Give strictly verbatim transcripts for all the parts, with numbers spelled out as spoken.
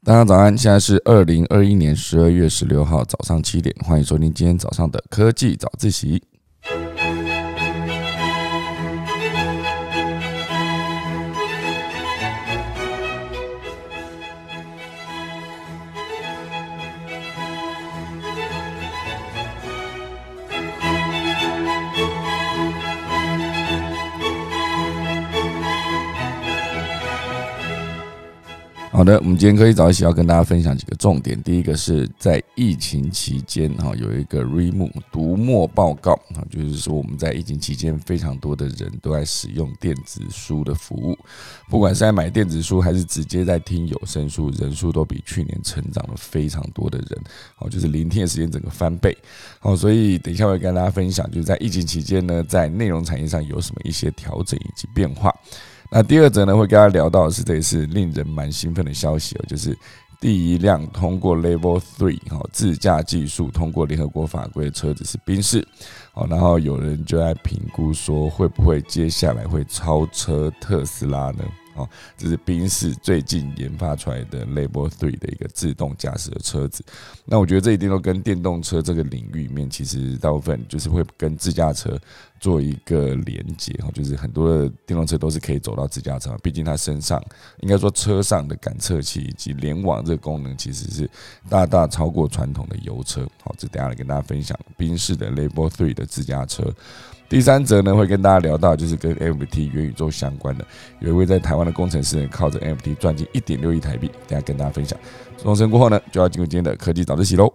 大家早安，现在是二零二一年十二月十六号早上七点，欢迎收听今天早上的科技早自习。好的，我们今天科技早一起要跟大家分享几个重点。第一个是在疫情期间有一个 Readmoo 读墨报告，就是说我们在疫情期间非常多的人都在使用电子书的服务，不管是在买电子书还是直接在听有声书，人数都比去年成长了非常多的人，就是聆听的时间整个翻倍。所以等一下我会跟大家分享，就是在疫情期间呢，在内容产业上有什么一些调整以及变化。那第二则呢，会跟大家聊到的是，这也是令人蛮兴奋的消息哦，就是第一辆通过 Level 三 自驾技术通过联合国法规的车子是宾士，然后有人就在评估说，会不会接下来会超车特斯拉呢？这是宾士最近研发出来的 Level 三 的一个自动驾驶的车子。那我觉得这一定都跟电动车这个领域里面，其实大部分就是会跟自驾车做一个连结，就是很多的电动车都是可以走到自驾车，毕竟它身上应该说车上的感测器以及联网这个功能，其实是大大超过传统的油车。好，这等一下来跟大家分享宾士的 Level 三 的自驾车。第三则呢，会跟大家聊到就是跟 N F T 元宇宙相关的，有一位在台湾的工程师呢，靠着 N F T 赚进 一点六亿台币，等一下跟大家分享。钟声过后呢，就要进入今天的科技早自习喽。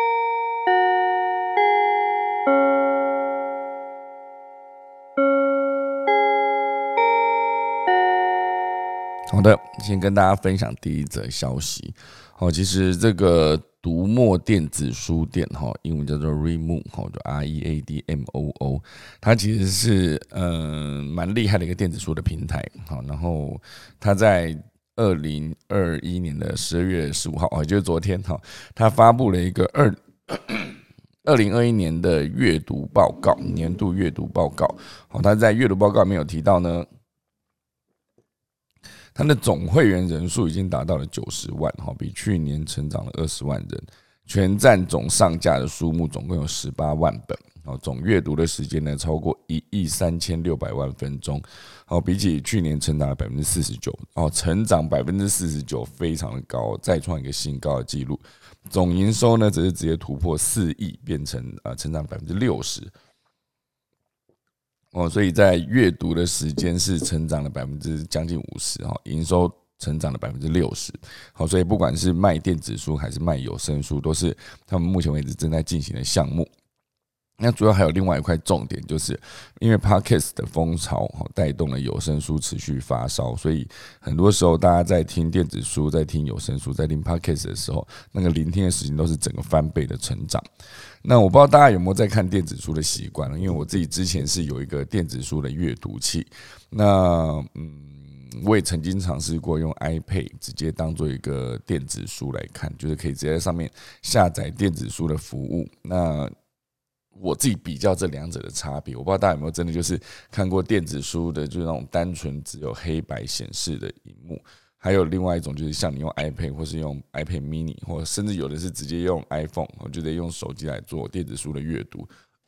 好的，先跟大家分享第一则消息。好，其实这个读墨电子书店，英文叫做 Readmoo， 就 R E A D M O O， 它其实是嗯蛮厉害的一个电子书的平台。好，然后它在二零二一年的十二月十五号，也就是昨天，它发布了一个二。二零二一年的阅读报告，年度阅读报告。好，它在阅读报告里面有提到呢，它的总会员人数已经达到了九十万，比去年成长了二十万人，全站总上架的书目总共有十八万本，总阅读的时间呢超过一亿三千六百万分钟，比起去年成长了百分之四十九，成长百分之四十九非常的高，再创一个新高的记录。总营收呢，则是直接突破四亿，变成呃成长百分之六十。哦，所以在阅读的时间是成长了百分之将近五十，哈，营收成长了百分之六十。好，所以不管是卖电子书还是卖有声书，都是他们目前为止正在进行的项目。那主要还有另外一块重点，就是因为 Podcast 的风潮带动了有声书持续发烧，所以很多时候大家在听电子书、在听有声书、在听 Podcast 的时候，那个聆听的时间都是整个翻倍的成长。那我不知道大家有没有在看电子书的习惯，因为我自己之前是有一个电子书的阅读器，那嗯，我也曾经尝试过用 iPad 直接当做一个电子书来看，就是可以直接在上面下载电子书的服务。那我自己比较这两者的差别，我不知道大家有没有真的就是看过电子书的，就是那种单纯只有黑白显示的萤幕，还有另外一种就是像你用 iPad 或是用 iPad mini， 或者甚至有的是直接用 iPhone， 就得用手机来做电子书的阅读。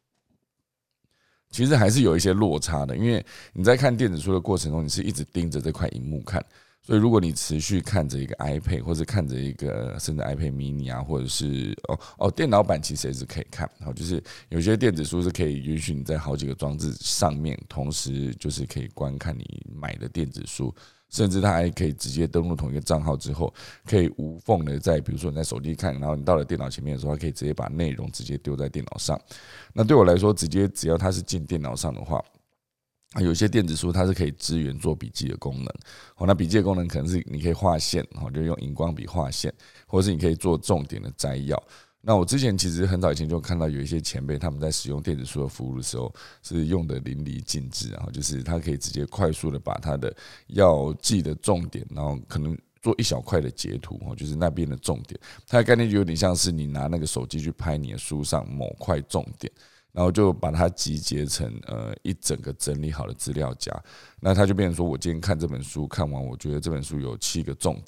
其实还是有一些落差的，因为你在看电子书的过程中，你是一直盯着这块萤幕看。所以，如果你持续看着一个 iPad， 或者看着一个甚至 iPad mini 啊，或者是哦哦电脑版，其实也是可以看。好，就是有些电子书是可以允许你在好几个装置上面同时就是可以观看你买的电子书，甚至它还可以直接登录同一个账号之后，可以无缝的在比如说你在手机看，然后你到了电脑前面的时候，它可以直接把内容直接丢在电脑上。那对我来说，直接只要它是进电脑上的话，有些电子书它是可以支援做笔记的功能，那笔记的功能可能是你可以画线，就用荧光笔画线，或者是你可以做重点的摘要。那我之前其实很早以前就看到有一些前辈他们在使用电子书的服务的时候是用的淋漓尽致，然后就是他可以直接快速的把他的要记的重点，然后可能做一小块的截图，就是那边的重点。它的概念就有点像是你拿那个手机去拍你的书上某块重点，然后就把它集结成呃一整个整理好的资料夹。那它就变成说，我今天看这本书看完，我觉得这本书有七个重点。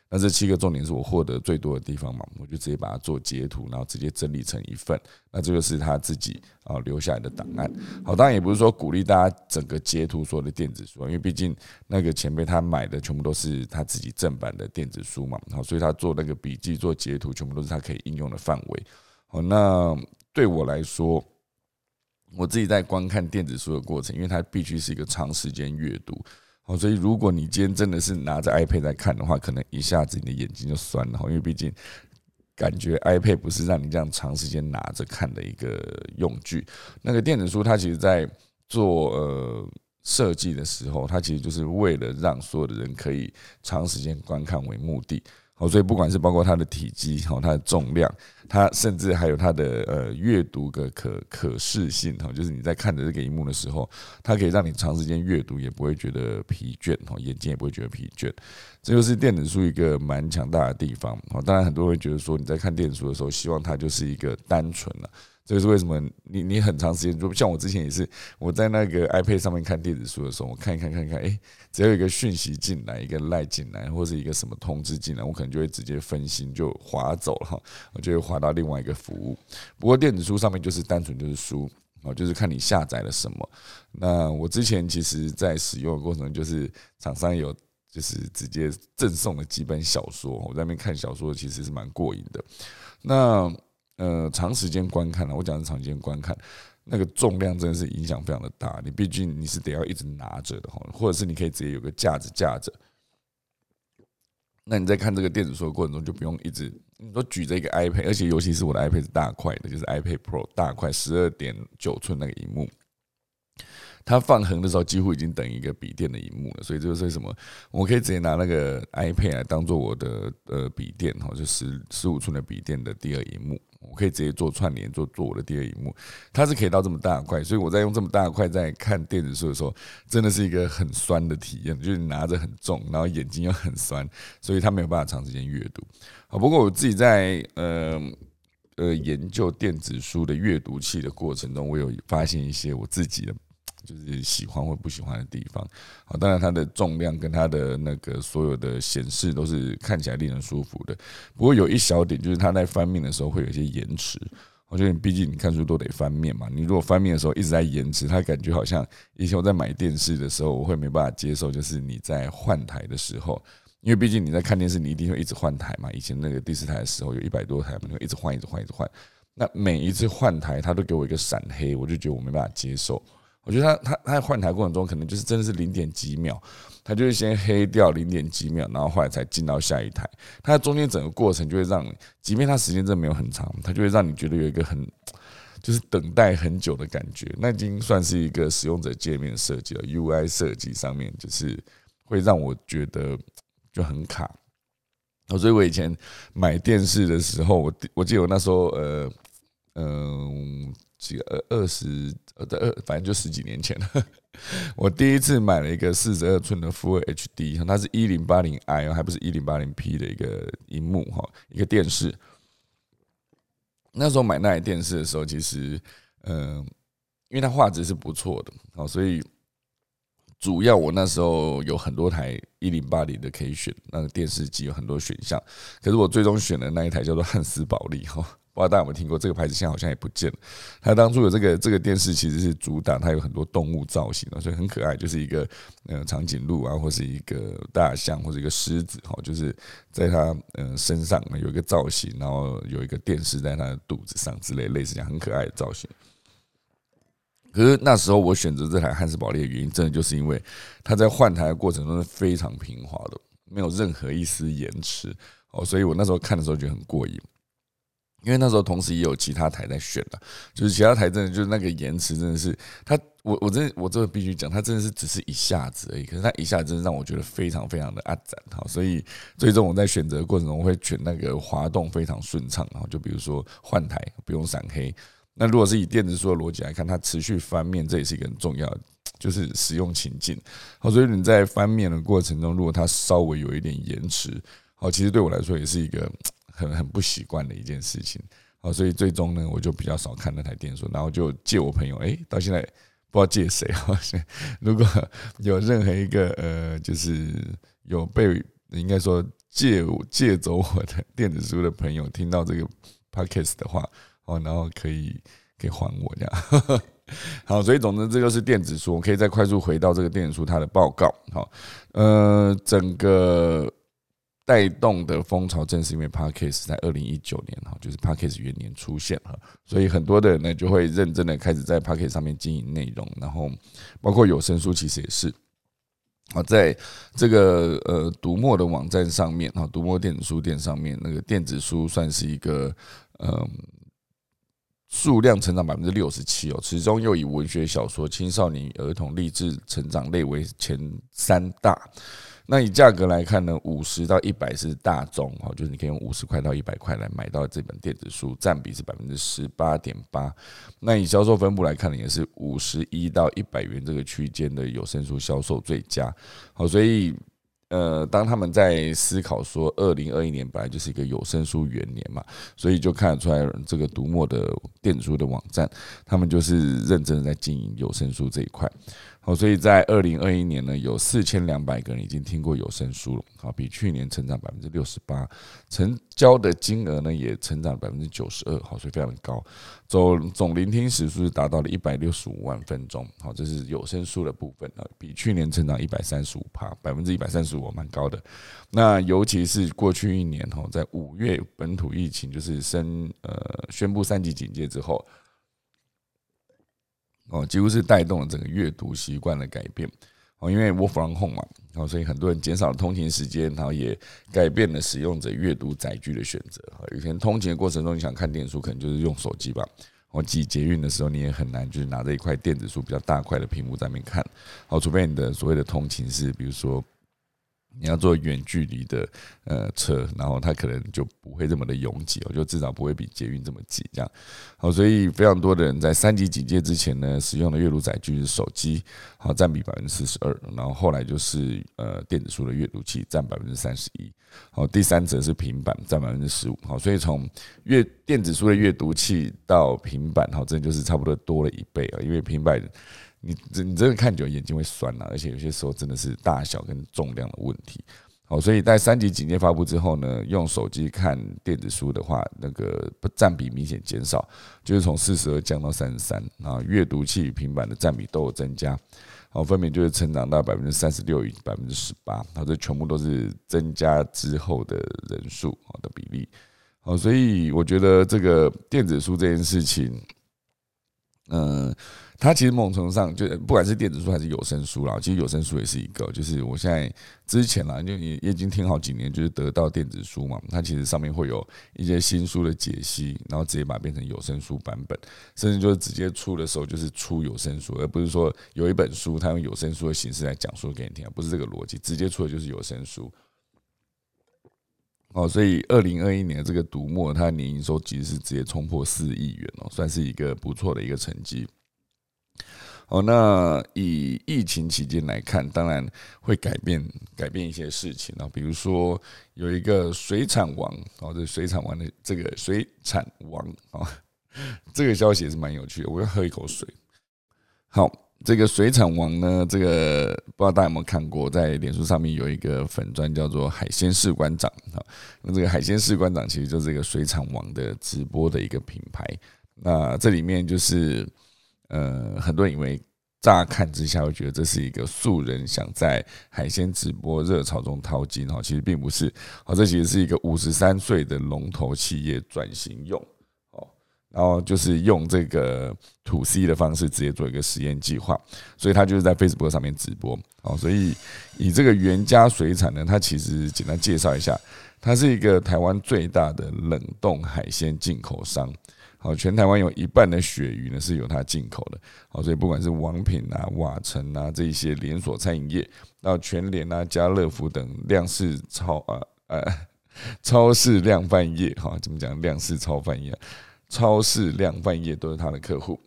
那这七个重点是我获得最多的地方嘛，我就直接把它做截图，然后直接整理成一份。那这就是他自己啊留下来的档案。好，当然也不是说鼓励大家整个截图所有的电子书，因为毕竟那个前辈他买的全部都是他自己正版的电子书嘛，好，所以他做那个笔记、做截图，全部都是他可以应用的范围。好，那对我来说，我自己在观看电子书的过程，因为它必须是一个长时间阅读。所以如果你今天真的是拿着 iPad 在看的话，可能一下子你的眼睛就酸了，因为毕竟感觉 iPad 不是让你这样长时间拿着看的一个用具。那个电子书它其实在做呃设计的时候，它其实就是为了让所有的人可以长时间观看为目的。所以不管是包括它的体积、它的重量，它甚至还有它的呃阅读的可可视性，就是你在看着这个萤幕的时候，它可以让你长时间阅读也不会觉得疲倦，眼睛也不会觉得疲倦。这就是电子书一个蛮强大的地方。当然很多人会觉得说你在看电子书的时候，希望它就是一个单纯了。这就是为什么你你很长时间，就像我之前也是，我在那个 iPad 上面看电子书的时候，我看一看看一看，哎，只要有一个讯息进来，一个 LINE 进来，或是一个什么通知进来，我可能就会直接分心就滑走了，我就会滑到另外一个服务。不过电子书上面就是单纯就是书，就是看你下载了什么。那我之前其实在使用的过程中，就是厂商有就是直接赠送了几本小说，我在那边看小说其实是蛮过瘾的。那呃，长时间观看，我讲是长时间观看，那个重量真的是影响非常的大。你毕竟你是得要一直拿着的，或者是你可以直接有个架子架着。那你在看这个电子书的过程中，就不用一直你说举着一个 iPad， 而且尤其是我的 iPad 是大块的，就是 iPad Pro 大块十二点九寸那个萤幕。它放横的时候几乎已经等于一个笔电的萤幕了，所以这就是为什么我可以直接拿那个 iPad 来当做我的呃笔电，就十十五寸的笔电的第二萤幕，我可以直接做串联，做做我的第二萤幕，它是可以到这么大块，所以我在用这么大块在看电子书的时候，真的是一个很酸的体验，就是你拿着很重，然后眼睛又很酸，所以它没有办法长时间阅读。好，不过我自己在呃。呃，研究电子书的阅读器的过程中，我有发现一些我自己的就是喜欢或不喜欢的地方。好，当然它的重量跟它的那个所有的显示都是看起来令人舒服的。不过有一小点就是它在翻面的时候会有一些延迟。我觉得毕竟你看书都得翻面嘛，你如果翻面的时候一直在延迟，它感觉好像以前我在买电视的时候，我会没办法接受，就是你在换台的时候。因为毕竟你在看电视，你一定会一直换台嘛。以前那个第四台的时候有一百多台嘛，你会一直换、一直换、一直换。那每一次换台，他都给我一个闪黑，我就觉得我没办法接受。我觉得他他他在换台过程中，可能就是真的是零点几秒，他就会先黑掉零点几秒，然后后来才进到下一台。他中间整个过程就会让你，即便他时间真的没有很长，他就会让你觉得有一个很就是等待很久的感觉。那已经算是一个使用者界面设计了 ，U I 设计上面就是会让我觉得。就很卡，所以我以前买电视的时候，我我记得我那时候呃嗯几个二十呃二反正就十几年前了，我第一次买了一个四十二寸的 Full H D， 它是一零八零 i 还不是一零八零 P 的一个萤幕哈，一个电视。那时候买那台电视的时候，其实嗯、呃，因为它画质是不错的，所以。主要我那时候有很多台一零八零的可以选，那个电视机有很多选项，可是我最终选的那一台叫做汉斯堡利哈，不知道大家有没有听过这个牌子？现在好像也不见了。它当初有这个这个电视其实是主打它有很多动物造型，所以很可爱，就是一个呃长颈鹿啊，或是一个大象，或是一个狮子哈，就是在它呃身上有一个造型，然后有一个电视在它的肚子上之类，类似这样很可爱的造型。可是那时候我选择这台汉斯堡利的原因，真的就是因为它在换台的过程中是非常平滑的，没有任何一丝延迟哦，所以我那时候看的时候觉得很过瘾。因为那时候同时也有其他台在选了，就是其他台真的就是那个延迟真的是它，我我真的我这个必须讲，它真的是只是一下子而已，可是它一下子真的让我觉得非常非常的压展哈，所以最终我在选择的过程中我会选那个滑动非常顺畅，然后就比如说换台不用闪黑。那如果是以电子书的逻辑来看，它持续翻面，这也是一个很重要的，就是使用情境。好，所以你在翻面的过程中，如果它稍微有一点延迟，好，其实对我来说也是一个很很不习惯的一件事情。好，所以最终呢，我就比较少看那台电视书，然后就借我朋友，哎、欸，到现在不知道借谁。如果有任何一个呃，就是有被应该说借借走我的电子书的朋友听到这个 podcast 的话，哦，然后可以可以还我这样。好，所以总之这就是电子书。我可以再快速回到这个电子书它的报告。好，呃，整个带动的风潮正是因为 Podcast 在二零一九年哈，就是 Podcast 元年出现哈，所以很多的人呢就会认真的开始在 Podcast 上面经营内容，然后包括有声书其实也是。好，在这个呃读墨的网站上面，哈，读墨电子书店上面，那个电子书算是一个呃数量成长百分之六十七哦，其中又以文学小说、青少年、儿童、励志成长类为前三大。那以价格来看呢，五十到一百是大宗，就是你可以用五十块到一百块来买到这本电子书，占比是百分之十八点八。那以销售分布来看呢，也是五十一到一百元这个区间的有声书销售最佳。好，所以呃，当他们在思考说，二零二一年本来就是一个有声书元年嘛，所以就看得出来，这个读墨的电子书的网站，他们就是认真的在经营有声书这一块。好，所以在二零二一年呢，有四千两百个人已经听过有声书了，好，比去年成长百分之六十八，成交的金额呢也成长百分之九十二，好，所以非常的高。总总聆听时数是达到了一百六十五万分钟，好，这是有声书的部分啊，比去年成长一百三十五趴，百分之一百三十五，蛮高的。那尤其是过去一年哈，在五月本土疫情就是宣呃宣布三级警戒之后。哦，几乎是带动了整个阅读习惯的改变。哦，因为 work from home 嘛，哦，所以很多人减少了通勤时间，然后也改变了使用者阅读载具的选择。以前通勤的过程中，你想看电子书，可能就是用手机吧。哦，挤捷运的时候，你也很难就是拿着一块电子书比较大块的屏幕在那边看。好，除非你的所谓的通勤是，比如说。你要做远距离的呃车，然后它可能就不会这么的拥挤，就至少不会比捷运这么挤这样。好，所以非常多的人在三级警戒之前呢，使用的阅读载具是手机，好，占比百分之四十二，然后后来就是呃电子书的阅读器占百分之三十一，好，第三则是平板占百分之十五。好，所以从阅电子书的阅读器到平板，好，真的就是差不多多了一倍啊，因为平板。你你真的看久眼睛会酸啊，而且有些时候真的是大小跟重量的问题。好，所以在三级警戒发布之后呢，用手机看电子书的话，那个占比明显减少，就是从四十二降到三十三啊。阅读器与平板的占比都有增加，好，分别就是成长到百分之三十六与百分之十八。好，这全部都是增加之后的人数的比例。好，所以我觉得这个电子书这件事情，嗯、呃。它其实某种程度上，就不管是电子书还是有声书啦，其实有声书也是一个，就是我现在之前啦，就也已经听好几年，就是得到电子书嘛，它其实上面会有一些新书的解析，然后直接把它变成有声书版本，甚至就是直接出的时候就是出有声书，而不是说有一本书它用有声书的形式来讲述给你听，不是这个逻辑，直接出的就是有声书。哦，所以二零二一年这个读墨，它的年营收其实是直接冲破四亿元哦，算是一个不错的一个成绩。哦，那以疫情期间来看，当然会改变改变一些事情啊，比如说有一个水产王哦，这水产王的这个水产王哦，这个消息也是蛮有趣的。我要喝一口水。好，这个水产王呢，这个不知道大家有没有看过，在脸书上面有一个粉专叫做海鲜士官长啊，那这个海鲜士官长其实就是这个水产王的直播的一个品牌。那这里面就是。呃，很多人以为乍看之下会觉得这是一个素人想在海鲜直播热潮中淘金，其实并不是。这其实是一个五十三岁的龙头企业转型用，然后就是用这个 to C 的方式直接做一个实验计划，所以他就是在 Facebook 上面直播。所以以这个原家水产呢，它其实简单介绍一下，它是一个台湾最大的冷冻海鲜进口商。好，全台湾有一半的鳕鱼呢是由它进口的，好，所以不管是王品啊、瓦城啊这一些连锁餐饮业，到全联啊、家乐福等量市超啊呃超市量贩业，哈，怎么讲？量市超贩业，超市量贩业都是它的客户。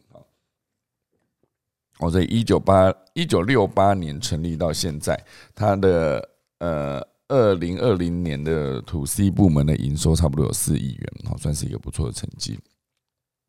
好，所以一九八一九六八年成立到现在，它的呃二零二零年的 to C 部门的营收差不多有四亿元，好，算是一个不错的成绩。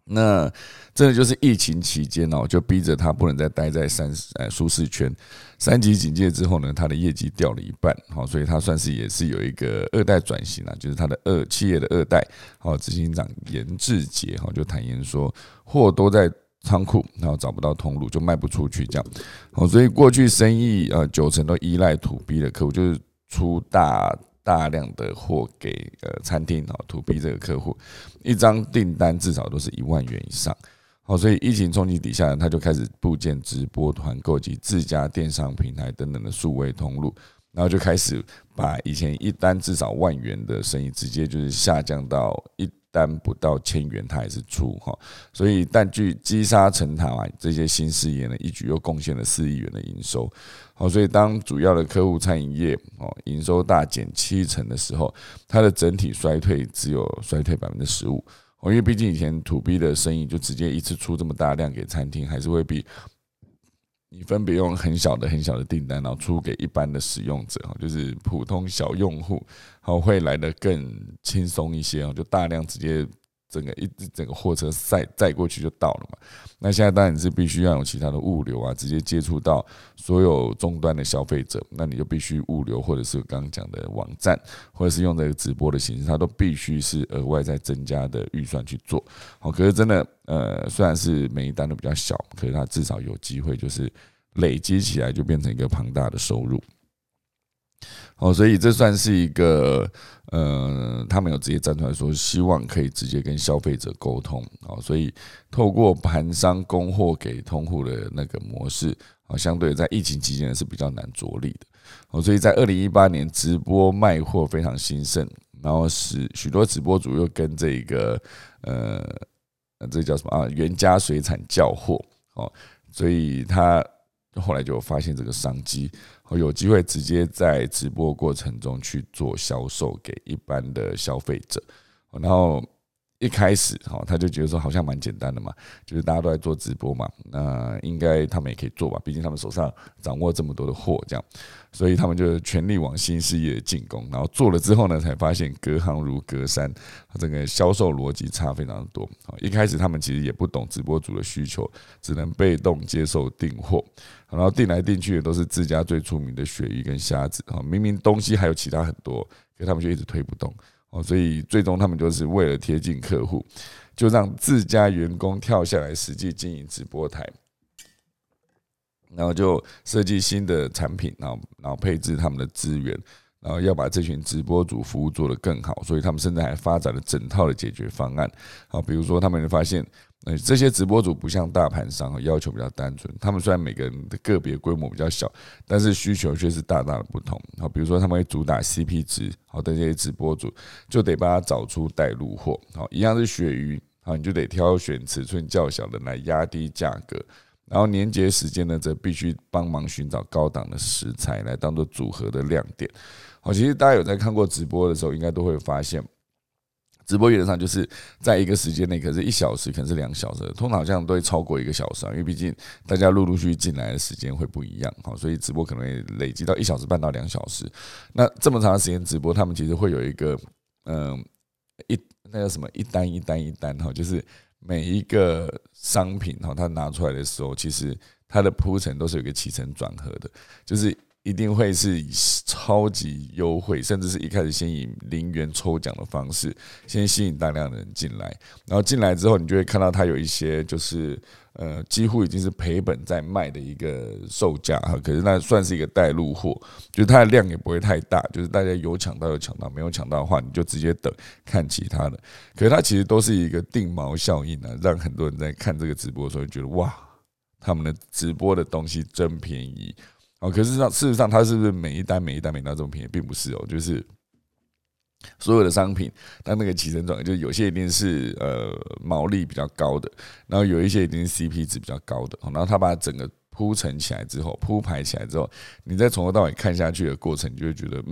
那真的就是疫情期间哦，就逼着他不能再待在三呃舒适圈。三级警戒之后呢，他的业绩掉了一半，好，所以他算是也是有一个二代转型啊，就是他的二企业的二代，好，执行长严志杰哈就坦言说，货都在仓库，然后找不到通路，就卖不出去这样。好，所以过去生意呃九成都依赖 to B 的客户，就是出大大量的货给呃餐厅啊 to B 这个客户，一张订单至少都是一万元以上。好，所以疫情冲击底下呢，他就开始布建直播团购及自家电商平台等等的数位通路，然后就开始把以前一单至少万元的生意，直接就是下降到一单不到千元，他还是出哈。所以但据积沙成塔啊，这些新事业呢，一举又贡献了四亿元的营收。好，所以当主要的客户餐饮业哦营收大减七成的时候，它的整体衰退只有衰退百分之十五。因为毕竟以前 to B 的生意就直接一次出这么大量给餐厅，还是会比你分别用很小的很小的订单，然后出给一般的使用者，就是普通小用户，好会来得更轻松一些，就大量直接整个一整个货车载载过去就到了嘛。那现在当然是必须要有其他的物流啊，直接接触到所有终端的消费者，那你就必须物流，或者是刚刚讲的网站，或者是用这个直播的形式，它都必须是额外再增加的预算去做。好，可是真的呃，虽然是每一单都比较小，可是它至少有机会就是累积起来就变成一个庞大的收入。哦，所以这算是一个，呃，他们有直接站出来说，希望可以直接跟消费者沟通，哦，所以透过盘商供货给通户的那个模式，哦，相对在疫情期间是比较难着力的，哦，所以在二零一八年直播卖货非常兴盛，然后使许多直播主又跟这个，呃，这叫什么啊？原家水产叫货，哦，所以他后来就发现这个商机。有机会直接在直播过程中去做销售给一般的消费者，然后一开始他就觉得说好像蛮简单的嘛，就是大家都在做直播嘛，那应该他们也可以做吧，毕竟他们手上掌握这么多的货，这样，所以他们就全力往新事业进攻。然后做了之后呢，才发现隔行如隔山，整个销售逻辑差非常多。一开始他们其实也不懂直播主的需求，只能被动接受订货。然后订来订去的都是自家最出名的鳕鱼跟虾子，明明东西还有其他很多，可他们就一直推不动，所以最终他们就是为了贴近客户，就让自家员工跳下来实际经营直播台，然后就设计新的产品，然后然后配置他们的资源，然后要把这群直播主服务做得更好，所以他们甚至还发展了整套的解决方案。好，比如说他们会发现。这些直播主不像大盘商要求比较单纯，他们虽然每个人的个别规模比较小，但是需求却是大大的不同。好，比如说他们会主打 C P 值，好的这些直播主就得帮他找出带路货，好，一样是鳕鱼，好，你就得挑选尺寸较小的来压低价格，然后年节时间呢，则必须帮忙寻找高档的食材来当做组合的亮点。好，其实大家有在看过直播的时候，应该都会发现。直播原则上就是在一个时间内，可是一小时，可能是两小时，通常好像都会超过一个小时，因为毕竟大家陆陆续续进来的时间会不一样，所以直播可能会累积到一小时半到两小时。那这么长的时间直播，他们其实会有一个，嗯，一那叫什么一单一单一单哈，就是每一个商品哈，它拿出来的时候，其实它的铺陈都是有一个起承转合的，就是。一定会是以超级优惠，甚至是一开始先以零元抽奖的方式，先吸引大量的人进来，然后进来之后，你就会看到它有一些就是呃几乎已经是赔本在卖的一个售价哈，可是那算是一个带路货，就是它的量也不会太大，就是大家有抢到有抢到，没有抢到的话，你就直接等看其他的。可是它其实都是一个定锚效应啊，让很多人在看这个直播的时候觉得哇，他们的直播的东西真便宜。哦，可是事实上，它是不是每一单每一单每一单这么便宜，并不是哦，就是所有的商品，它那个起承转合，就是有些一定是呃毛利比较高的，然后有一些一定是 C P 值比较高的，然后它把整个铺陈起来之后，铺排起来之后，你再从头到尾看下去的过程，你就会觉得，嗯，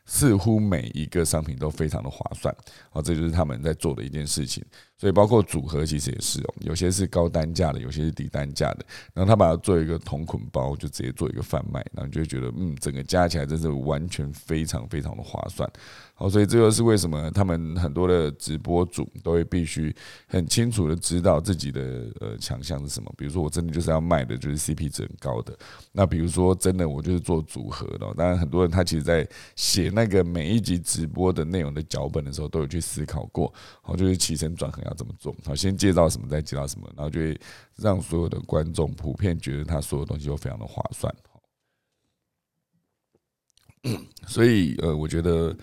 似乎每一个商品都非常的划算，好，这就是他们在做的一件事情。所以包括组合其实也是哦，有些是高单价的，有些是低单价的，然后他把它做一个同捆包，就直接做一个贩卖，然后你就会觉得嗯，整个加起来真是完全非常非常的划算。好，所以这就是为什么他们很多的直播主都会必须很清楚的知道自己的呃强项是什么。比如说我真的就是要卖的就是 C P 值很高的，那比如说真的我就是做组合的。当然很多人他其实在写那个每一集直播的内容的脚本的时候，都有去思考过，好，就是起承转合要怎么做。好，先介绍什么，再介绍什么，然后就会让所有的观众普遍觉得他所有东西都非常的划算。所以呃，我觉得。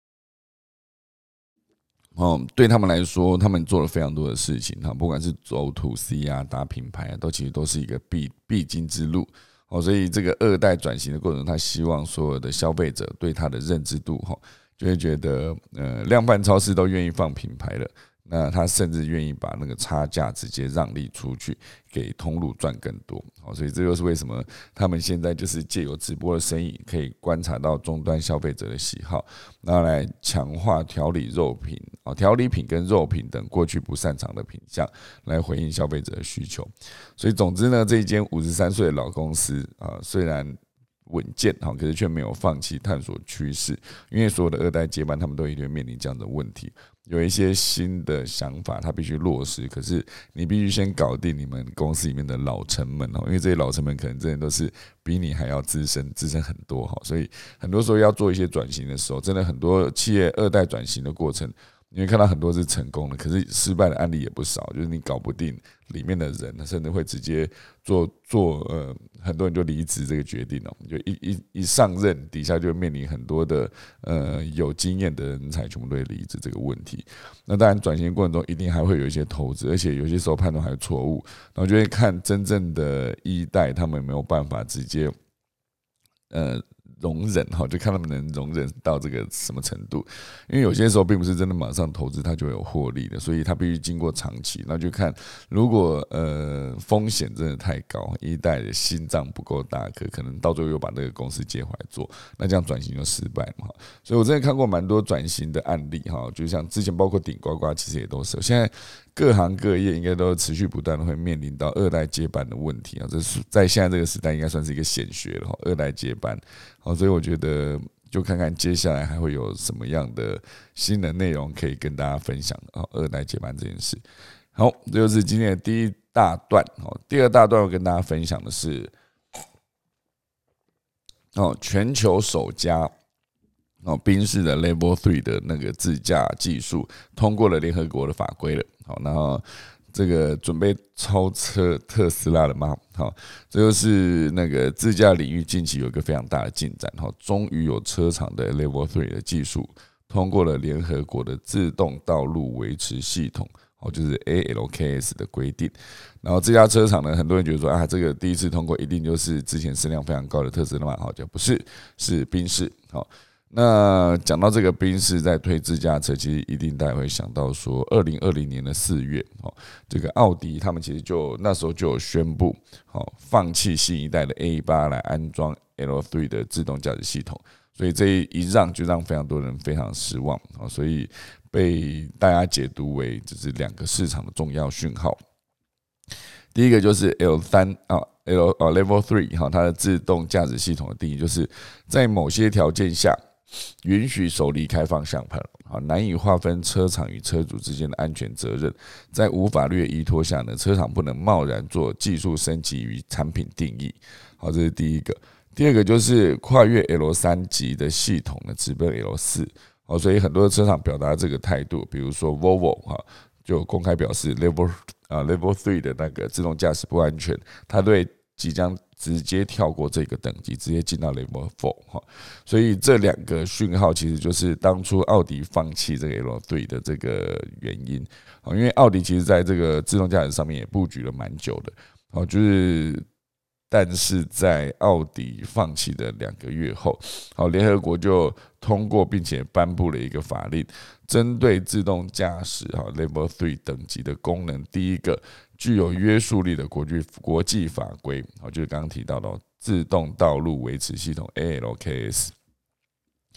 哦，对他们来说，他们做了非常多的事情，哈，不管是走 to C 啊、打品牌啊，都其实都是一个必必经之路。哦，所以这个二代转型的过程，他希望所有的消费者对他的认知度，哈，就会觉得，呃，量贩超市都愿意放品牌了。那他甚至愿意把那个差价直接让利出去，给通路赚更多。好，所以这就是为什么他们现在就是借由直播的生意，可以观察到终端消费者的喜好，然后来强化调理肉品、调理品跟肉品等过去不擅长的品项，来回应消费者的需求。所以总之呢，这一间五十三岁的老公司啊，虽然稳健，可是却没有放弃探索趋势，因为所有的二代接班，他们都一定会面临这样的问题。有一些新的想法，它必须落实，可是你必须先搞定你们公司里面的老臣们哦，因为这些老臣们可能真的都是比你还要资深，资深很多哈，所以很多时候要做一些转型的时候，真的很多企业二代转型的过程。你会看到很多是成功的，可是失败的案例也不少。就是你搞不定里面的人，甚至会直接做做呃，很多人就离职这个决定哦，就一一一上任，底下就面临很多的呃有经验的人才全部都会离职这个问题。那当然，转型过程中一定还会有一些投资，而且有些时候判断还是错误，然后就会看真正的一代他们有没有办法直接呃。容忍哈，就看他们能容忍到这个什么程度，因为有些时候并不是真的马上投资它就有获利的，所以它必须经过长期。那就看如果呃风险真的太高，一代的心脏不够大，可可能到最后又把那个公司接回来做，那这样转型就失败嘛。所以我真的看过蛮多转型的案例哈，就像之前包括顶呱呱，其实也都是现在。各行各业应该都持续不断的会面临到二代接班的问题啊，这是在现在这个时代应该算是一个显学了哈。二代接班，好，所以我觉得就看看接下来还会有什么样的新的内容可以跟大家分享啊。二代接班这件事，好，这就是今天的第一大段哦。第二大段我跟大家分享的是哦，全球首家。哦，宾士的 Level 三 的那个自驾技术通过了联合国的法规了。好，然后这个准备超车特斯拉了吗？好，这就是那个自驾领域近期有一个非常大的进展。好，终于有车厂的 Level 三 的技术通过了联合国的自动道路维持系统。哦，就是 A L K S 的规定，然后这家车厂呢，很多人觉得说啊，这个第一次通过一定就是之前声量非常高的特斯拉嘛，好，就不是，是宾士。好。那讲到这个宾士在推自驾车，其实一定大家会想到说，二零二零年的四月，这个奥迪他们其实就那时候就有宣布，放弃新一代的 A 八来安装 L 三 的自动驾驶系统，所以这一让就让非常多人非常失望，所以被大家解读为这是两个市场的重要讯号。第一个就是 L 三 啊 ，L 啊 Level 三 它的自动驾驶系统的定义就是在某些条件下。允许手离开方向盘，难以划分车厂与车主之间的安全责任。在无法律的依托下呢，车厂不能贸然做技术升级与产品定义。好，这是第一个。第二个就是跨越 L 三 级的系统呢，直奔 L 四。好，所以很多的车厂表达这个态度，比如说 Volvo 哈，就公开表示 Level 啊 Level 三的那个自动驾驶不安全，它对即将直接跳过这个等级，直接进到 Level 四哈，所以这两个讯号其实就是当初奥迪放弃这个 L 三的这个原因。因为奥迪其实在这个自动驾驶上面也布局了蛮久的，就是。但是在奥迪放弃的两个月后，好，联合国就通过并且颁布了一个法令，针对自动驾驶 Level 三等级的功能，第一个具有约束力的国际国际法规，就是刚刚提到的自动道路维持系统 A L K S。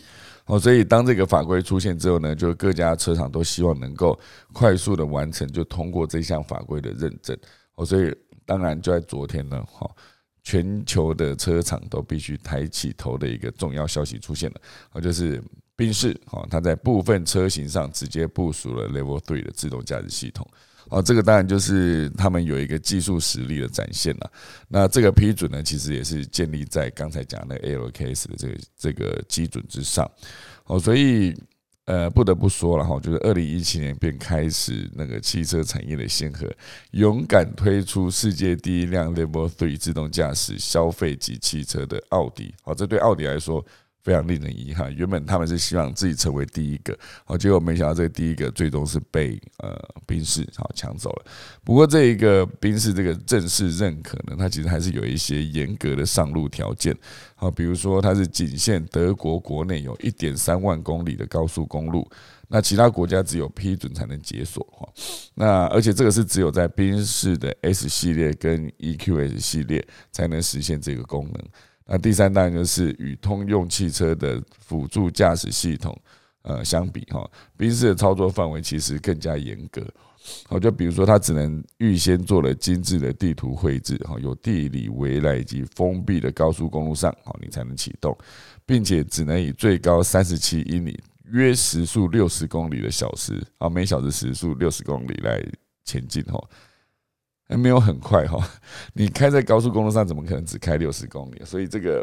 所以当这个法规出现之后呢，就各家车厂都希望能够快速的完成，就通过这项法规的认证。所以当然就在昨天呢，全球的车厂都必须抬起头的一个重要消息出现了，就是宾士它在部分车型上直接部署了 Level 三 的自动驾驶系统。哦，这个当然就是他们有一个技术实力的展现了。那这个批准呢，其实也是建立在刚才讲的 A L K S 的这个这个基准之上。哦，所以呃不得不说了哈，就是二零一七年便开始那个汽车产业的先河，勇敢推出世界第一辆 Level 三 自动驾驶消费级汽车的奥迪。好，这对奥迪来说非常令人遗憾，原本他们是希望自己成为第一个，好，结果没想到这个第一个最终是被呃宾士好抢走了。不过这一个宾士这个正式认可呢，它其实还是有一些严格的上路条件，好，比如说它是仅限德国国内有 一点三万公里的高速公路，那其他国家只有批准才能解锁。那而且这个是只有在宾士的 S 系列跟 E Q S 系列才能实现这个功能。那第三当然就是与通用汽车的辅助驾驶系统呃相比，宾士的操作范围其实更加严格。就比如说它只能预先做了精致的地图绘制，有地理围栏以及封闭的高速公路上你才能启动，并且只能以最高三十七英里约时速六十公里的小时，每小时时速六十公里来前进，没有很快，你开在高速公路上怎么可能只开六十公里？所以这个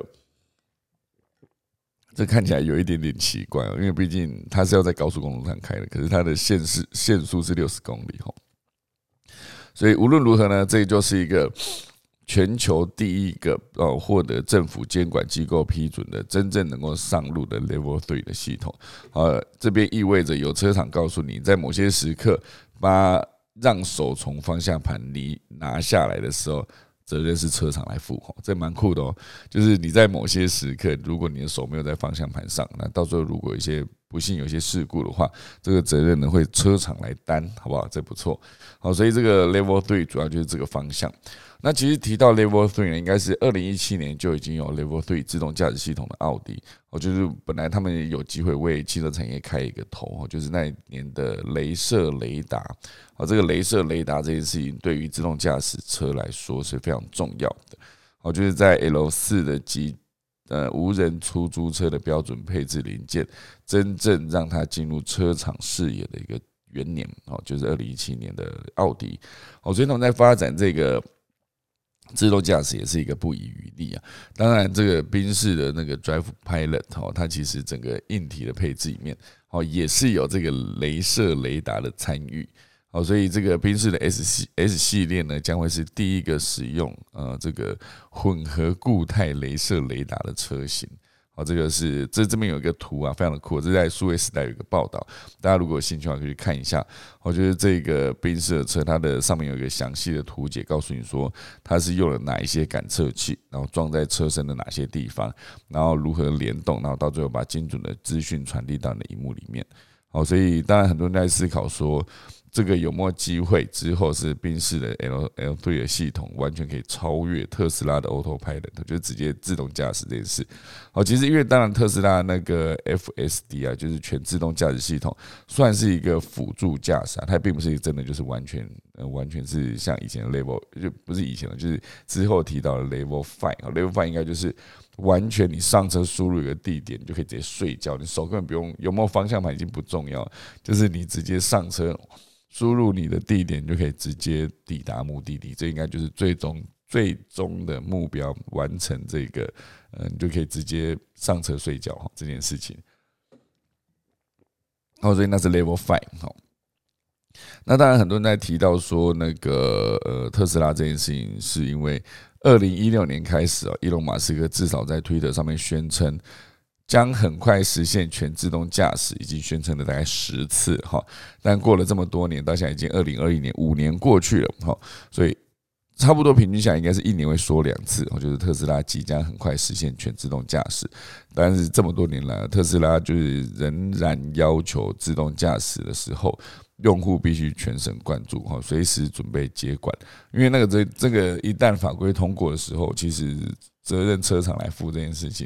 这看起来有一点点奇怪，因为毕竟它是要在高速公路上开的，可是它的限时限速是六十公里，所以无论如何呢，这就是一个全球第一个获得政府监管机构批准的真正能够上路的 Level 三 的系统。这边意味着有车厂告诉你，在某些时刻把让手从方向盘你拿下来的时候，责任是车厂来负，这蛮酷的哦。就是你在某些时刻，如果你的手没有在方向盘上，那到时候如果有一些不幸有一些事故的话，这个责任呢会车厂来担，好不好？这不错。好，所以这个 Level 三 主要就是这个方向。那其实提到 Level 三呢，应该是二零一七年就已经有 Level 三自动驾驶系统的奥迪，就是本来他们有机会为汽车产业开一个头，就是那一年的雷射雷达。这个雷射雷达这件事情对于自动驾驶车来说是非常重要的，就是在 L 四 的机呃无人出租车的标准配置零件，真正让它进入车厂视野的一个元年，就是二零一七年的奥迪。所以他们在发展这个自动驾驶也是一个不遗余力啊。当然，这个宾士的那个 Drive Pilot， 它其实整个硬体的配置里面，也是有这个雷射雷达的参与。所以这个宾士的 S 系 S 系列呢，将会是第一个使用呃这个混合固态雷射雷达的车型。好，这个是这这边有一个图啊，非常的酷。这在数位时代有一个报道，大家如果有兴趣的话可以去看一下。我觉得这个宾士的车，它的上面有一个详细的图解，告诉你说它是用了哪一些感测器，然后装在车身的哪些地方，然后如何联动，然后到最后把精准的资讯传递到你的萤幕里面。好，所以当然很多人在思考说，这个有没有机会之后是宾士的 L L 三 的系统完全可以超越特斯拉的 Autopilot， 就直接自动驾驶这件事。好，其实因为当然特斯拉那个 F S D 啊，就是全自动驾驶系统，算是一个辅助驾驶啊，它并不是真的就是完全呃完全是像以前的 Level， 就不是以前的，就是之后提到的 Level 五。Level 五应该就是完全你上车输入一个地点，你就可以直接睡觉，你手根本不用有没有方向盘已经不重要，就是你直接上车。输入你的地点就可以直接抵达目的地，这应该就是最终最终的目标，完成这个，嗯，你就可以直接上车睡觉这件事情。好，所以那是 Level 五。好，那当然很多人在提到说，那个呃特斯拉这件事情，是因为二零一六年开始啊，伊隆马斯克至少在 Twitter 上面宣称。将很快实现全自动驾驶，已经宣称了大概十次，但过了这么多年，到现在已经二零二一年，五年过去了，所以差不多平均下来应该是一年会说两次，就是特斯拉即将很快实现全自动驾驶。但是这么多年来，特斯拉就是仍然要求自动驾驶的时候，用户必须全神贯注，随时准备接管，因为那个这这个一旦法规通过的时候，其实责任车厂来负这件事情。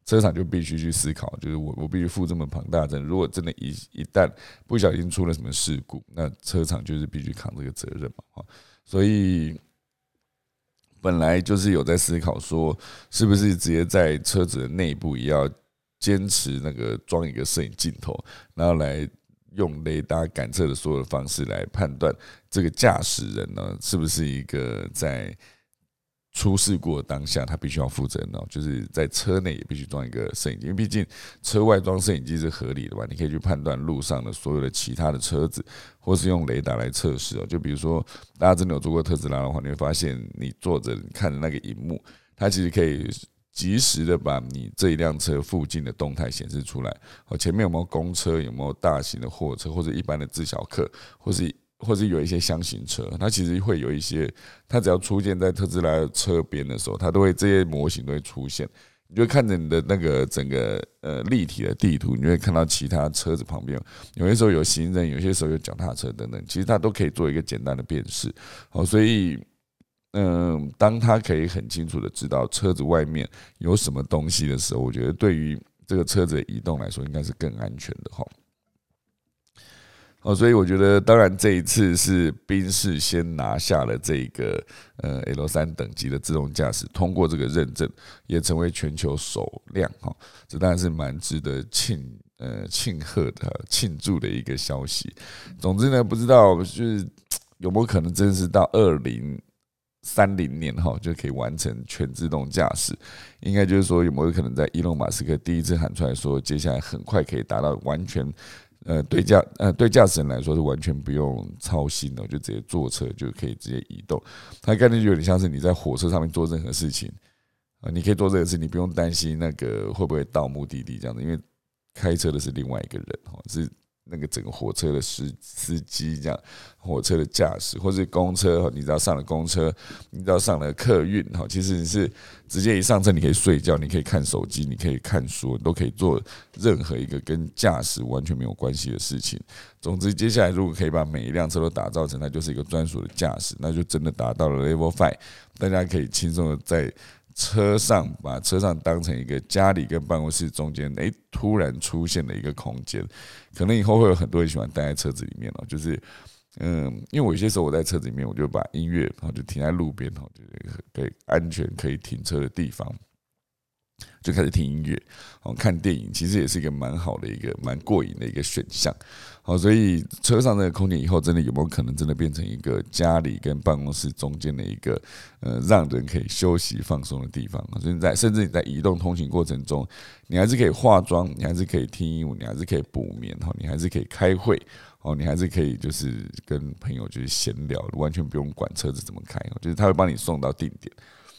车厂就必须去思考，就是我我必须负这么庞大的责任，如果真的一一旦不小心出了什么事故，那车厂就是必须扛这个责任嘛。所以本来就是有在思考说，是不是直接在车子的内部也要坚持那个装一个摄影镜头，然后来用雷达感测的所有的方式来判断这个驾驶人呢，是不是一个在出事故的当下他必须要负责任哦，就是在车内也必须装一个摄影机，因为毕竟车外装摄影机是合理的嘛，你可以去判断路上的所有的其他的车子，或是用雷达来测试哦。就比如说，大家真的有坐过特斯拉的话，你会发现你坐着看的那个荧幕，它其实可以及时的把你这一辆车附近的动态显示出来。前面有没有公车，有没有大型的货车，或者一般的自小客，或是或是有一些厢型车，它其实会有一些，它只要出现在特斯拉的车边的时候，它都会这些模型都会出现。你就看着你的那个整个呃立体的地图，你会看到其他车子旁边，有些时候有行人，有些时候有脚踏车等等，其实它都可以做一个简单的辨识。好，所以嗯，当它可以很清楚的知道车子外面有什么东西的时候，我觉得对于这个车子的移动来说，应该是更安全的哈。哦，所以我觉得，当然这一次是宾士先拿下了这个呃 L 三 等级的自动驾驶，通过这个认证，也成为全球首辆哈，这当然是蛮值得庆呃庆贺的庆祝的一个消息。总之呢，不知道就是有没有可能真的是到二零三零年哈就可以完成全自动驾驶，应该就是说有没有可能在伊隆马斯克第一次喊出来说，接下来很快可以达到完全。呃，对驾呃对驾驶人来说是完全不用操心的，就直接坐车就可以直接移动。它概念就有点像是你在火车上面做任何事情，呃，你可以做这个事，你不用担心那个会不会到目的地这样子，因为开车的是另外一个人，是那个整个火车的司司机这样，火车的驾驶，或是公车，你只要上了公车，你只要上了客运，其实你是直接一上车，你可以睡觉，你可以看手机，你可以看书，你都可以做任何一个跟驾驶完全没有关系的事情。总之，接下来如果可以把每一辆车都打造成它就是一个专属的驾驶，那就真的达到了 Level 五，大家可以轻松的在车上把车上当成一个家里跟办公室中间，哎，突然出现的一个空间。可能以后会有很多人喜欢待在车子里面哦，就是，嗯，因为我有些时候我在车子里面，我就把音乐就停在路边哦，就是可以安全可以停车的地方，就开始听音乐，看电影，其实也是一个蛮好的一个蛮过瘾的一个选项。好，所以车上的空间以后真的有没有可能真的变成一个家里跟办公室中间的一个呃让人可以休息放松的地方？甚至在甚至你在移动通勤过程中，你还是可以化妆，你还是可以听音乐，你还是可以补眠，你还是可以开会，你还是可以就是跟朋友就是闲聊，完全不用管车子怎么开，就是他会帮你送到定点。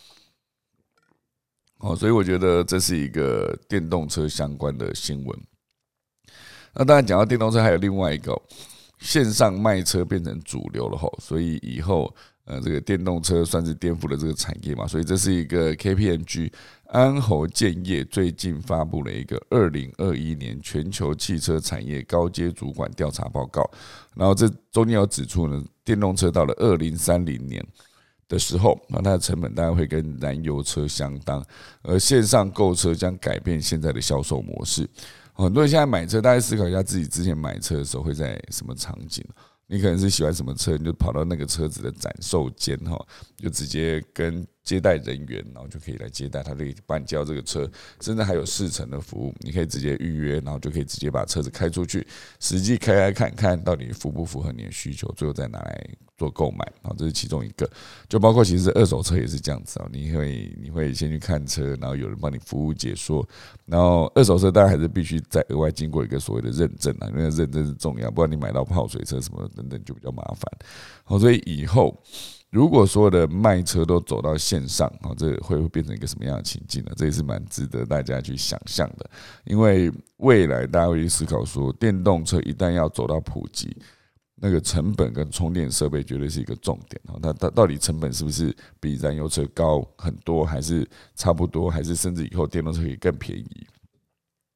所以我觉得这是一个电动车相关的新闻。那当然讲到电动车，还有另外一个线上卖车变成主流了，所以以后呃这个电动车算是颠覆了这个产业嘛。所以这是一个 K P M G 安侯建业最近发布了一个二零二一年全球汽车产业高阶主管调查报告，然后这中间有指出呢，电动车到了二零三零年的时候，它的成本大概会跟燃油车相当，而线上购车将改变现在的销售模式。很多人现在买车，大家思考一下自己之前买车的时候会在什么场景？你可能是喜欢什么车，你就跑到那个车子的展售间，就直接跟接待人员，然后就可以来接待，他就可以帮你介绍这个车，甚至还有试乘的服务，你可以直接预约，然后就可以直接把车子开出去，实际开开看看到底符不符合你的需求，最后再拿来做购买，这是其中一个。就包括其实二手车也是这样子，你会你会先去看车，然后有人帮你服务解说，然后二手车当然还是必须再额外经过一个所谓的认证，因为认证是重要，不然你买到泡水车什么等等就比较麻烦。好，所以以后如果所有的卖车都走到线上，这会变成一个什么样的情境呢？这也是蛮值得大家去想象的。因为未来大家会去思考说，电动车一旦要走到普及，那个成本跟充电设备绝对是一个重点。那它到底成本是不是比燃油车高很多，还是差不多，还是甚至以后电动车可以更便宜？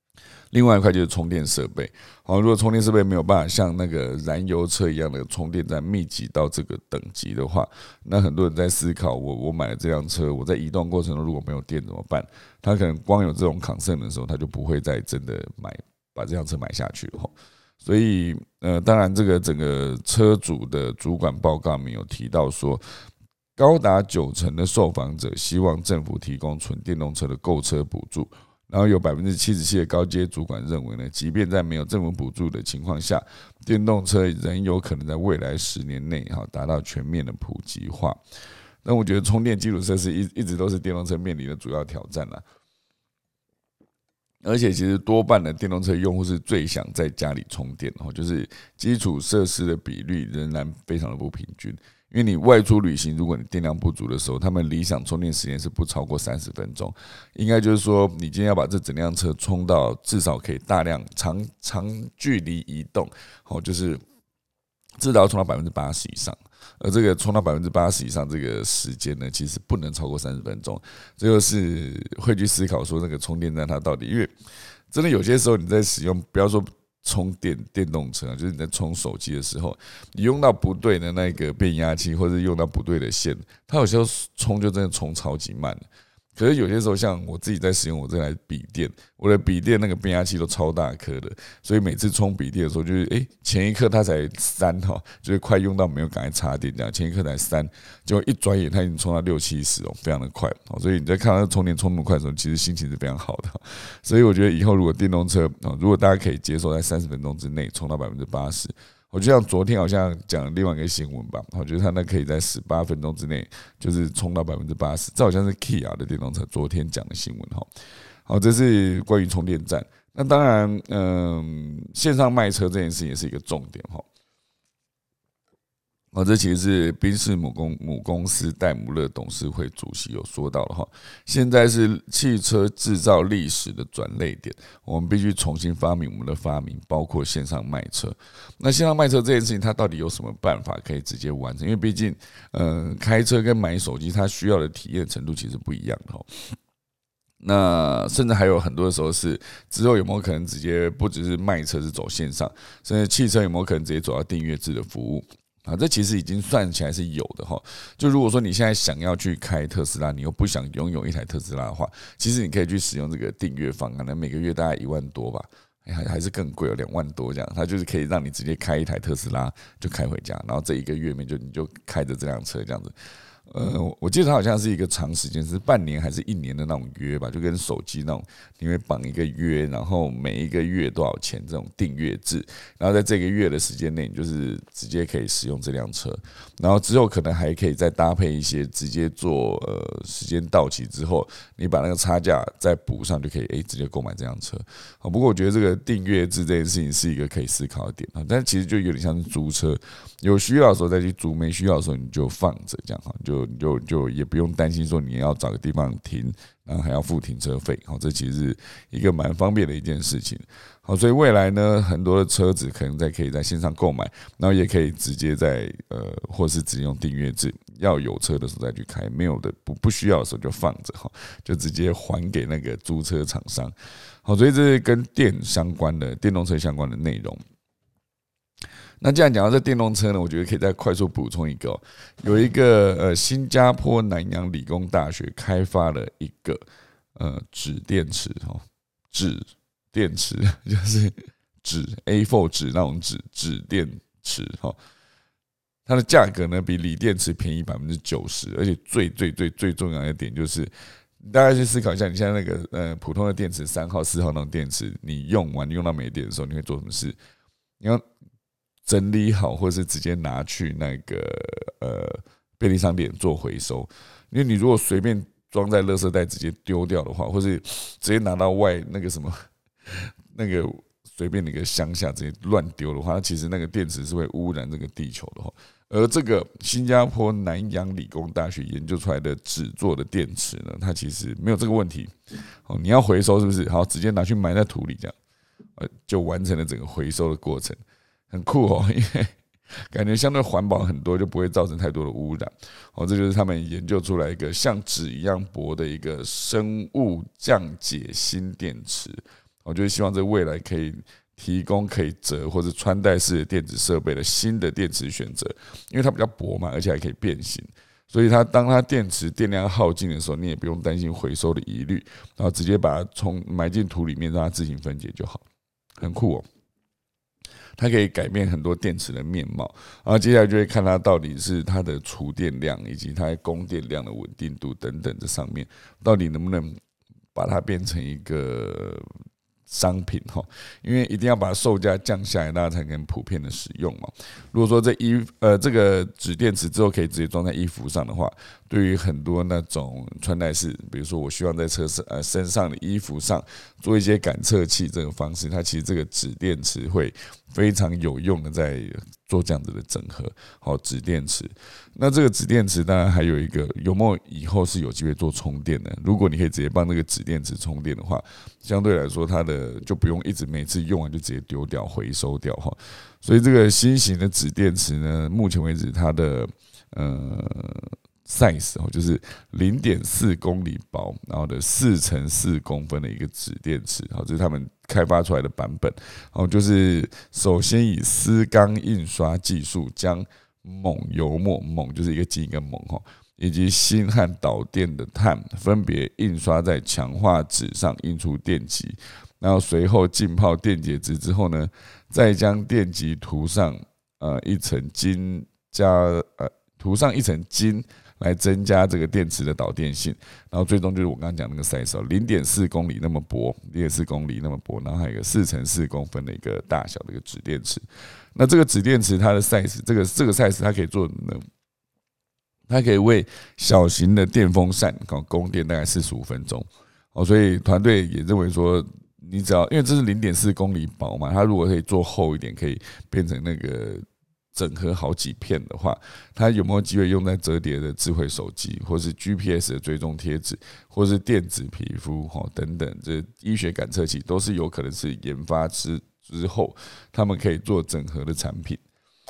另外一块就是充电设备。好，如果充电设备没有办法像那个燃油车一样的充电站密集到这个等级的话，那很多人在思考，我我买了这辆车，我在移动过程中如果没有电怎么办？他可能光有这种 concern 的时候，他就不会再真的买把这辆车买下去了。所以，呃，当然这个整个车主的主管报告里面有提到说，高达九成的受访者希望政府提供纯电动车的购车补助。然后有 百分之七十七 的高阶主管认为呢，即便在没有政府补助的情况下，电动车仍有可能在未来十年内达到全面的普及化。那我觉得充电基础设施一一直都是电动车面临的主要挑战啦。而且其实多半的电动车用户是最想在家里充电，就是基础设施的比率仍然非常的不平均。因为你外出旅行，如果你电量不足的时候，他们理想充电时间是不超过三十分钟。应该就是说，你今天要把这整辆车充到至少可以大量长长距离移动，就是至少要充到百分之八十以上。而这个充到百分之八十以上这个时间呢，其实不能超过三十分钟。这就是会去思考说，那个充电站它到底，因为真的有些时候你在使用，不要说充电电动车，就是你在充手机的时候，你用到不对的那个变压器，或者用到不对的线，它有时候充就真的充超级慢了。可是有些时候，像我自己在使用我这台笔电，我的笔电那个变压器都超大颗的，所以每次充笔电的时候，就是哎前一刻它才三哈，就是快用到没有赶快插电这样，前一刻才三，结果一转眼它已经充到六七十哦，非常的快哦。所以你在看到充电充那么快的时候，其实心情是非常好的。所以我觉得以后如果电动车哦，如果大家可以接受在三十分钟之内充到百分之八十。我就像昨天好像讲另外一个新闻吧，我觉得他那可以在十八分钟之内就是冲到百分之八十，这好像是 Kia 的电动车昨天讲的新闻哈。好，这是关于充电站。那当然，嗯，线上卖车这件事情也是一个重点哈。哦，这其实是宾士母公母公司戴姆勒董事会主席有说到的哈。现在是汽车制造历史的转捩点，我们必须重新发明我们的发明，包括线上卖车。那线上卖车这件事情，它到底有什么办法可以直接完成？因为毕竟，呃，开车跟买手机，它需要的体验程度其实不一样的哈。那甚至还有很多的时候是之后有没有可能直接不只是卖车是走线上，甚至汽车有没有可能直接走到订阅制的服务？啊，这其实已经算起来是有的哈。就如果说你现在想要去开特斯拉，你又不想拥有一台特斯拉的话，其实你可以去使用这个订阅方案，那每个月大概一万多吧，还还是更贵哦，两万多这样。它就是可以让你直接开一台特斯拉就开回家，然后这一个月面就你就开着这辆车这样子。呃，我记得它好像是一个长时间，是半年还是一年的那种约吧，就跟手机那种，你会绑一个约，然后每一个月多少钱这种订阅制，然后在这个月的时间内，你就是直接可以使用这辆车，然后之后可能还可以再搭配一些直接做呃时间到期之后，你把那个差价再补上，就可以哎直接购买这辆车。不过我觉得这个订阅制这件事情是一个可以思考的点啊，但其实就有点像是租车，有需要的时候再去租，没需要的时候你就放着这样哈，就你就就也不用担心说你要找个地方停，然后还要付停车费，好，这其实是一个蛮方便的一件事情。好，所以未来呢，很多的车子可能在可以在线上购买，然后也可以直接在呃，或是直接用订阅制，要有车的时候再去开，没有的不不需要的时候就放着哈，就直接还给那个租车厂商。好，所以这是跟电相关的电动车相关的内容。那既然讲到这电动车呢，我觉得可以再快速补充一个、哦，有一个呃新加坡南洋理工大学开发了一个呃纸电池哦，纸电池就是纸 A 四 纸那种纸纸电池哈，它的价格呢比锂电池便宜百分之九十，而且最最最最重要的一点就是，大家去思考一下，你现在那个呃普通的电池三号、四号那种电池，你用完用到没电的时候，你会做什么事？你要整理好，或是直接拿去那个呃便利商店做回收。因为你如果随便装在垃圾袋直接丢掉的话，或是直接拿到外那个什么那个随便的一个乡下直接乱丢的话，其实那个电池是会污染这个地球的。而这个新加坡南洋理工大学研究出来的纸做的电池呢，它其实没有这个问题。你要回收是不是？好，直接拿去埋在土里，这样就完成了整个回收的过程。很酷哦，因为感觉相对环保很多，就不会造成太多的污染。哦，这就是他们研究出来一个像纸一样薄的一个生物降解锌电池。 我就是希望这未来可以提供可以折或者穿戴式的电子设备的新的电池选择，因为它比较薄嘛，而且还可以变形，所以它当它电池电量耗尽的时候，你也不用担心回收的疑虑，然后直接把它从埋进土里面，让它自行分解就好，很酷哦。它可以改变很多电池的面貌，然后接下来就会看它到底是它的储电量以及它供电量的稳定度等等这上面，到底能不能把它变成一个商品哈，因为一定要把售价降下来，大家才能普遍的使用嘛。如果说这衣呃这个纸电池之后可以直接装在衣服上的话，对于很多那种穿戴式，比如说我希望在车上呃身上的衣服上做一些感测器这个方式，它其实这个纸电池会非常有用的在做这样子的整合。好，纸电池，那这个纸电池当然还有一个有没有以后是有机会做充电的？如果你可以直接帮那个纸电池充电的话，相对来说它的就不用一直每次用完就直接丢掉回收掉哈。所以这个新型的纸电池呢，目前为止它的呃 size 就是 零点四公里薄，然后的四乘四公分的一个纸电池，好，这是他们开发出来的版本。好，就是首先以丝钢印刷技术将锰油墨，锰就是一个金一个锰哈，以及锌和导电的碳分别印刷在强化纸上，印出电极，然后随后浸泡电解质之后呢，再将电极涂上呃一层金加呃涂上一层金。来增加这个电池的导电性，然后最终就是我刚刚讲那个 size 哦，零点四公里那么薄，零点四公里那么薄，然后还有一个四乘四公分的一个大小的一个纸电池。那这个纸电池它的 size， 这个这个 size 它可以做呢，它可以为小型的电风扇供电大概四十五分钟。哦，所以团队也认为说，你只要因为这是零点四公里薄嘛，它如果可以做厚一点，可以变成那个。整合好几片的话，它有没有机会用在折叠的智慧手机，或是 G P S 的追踪贴纸，或是电子皮肤等等，这医学感测器都是有可能是研发之之后，他们可以做整合的产品。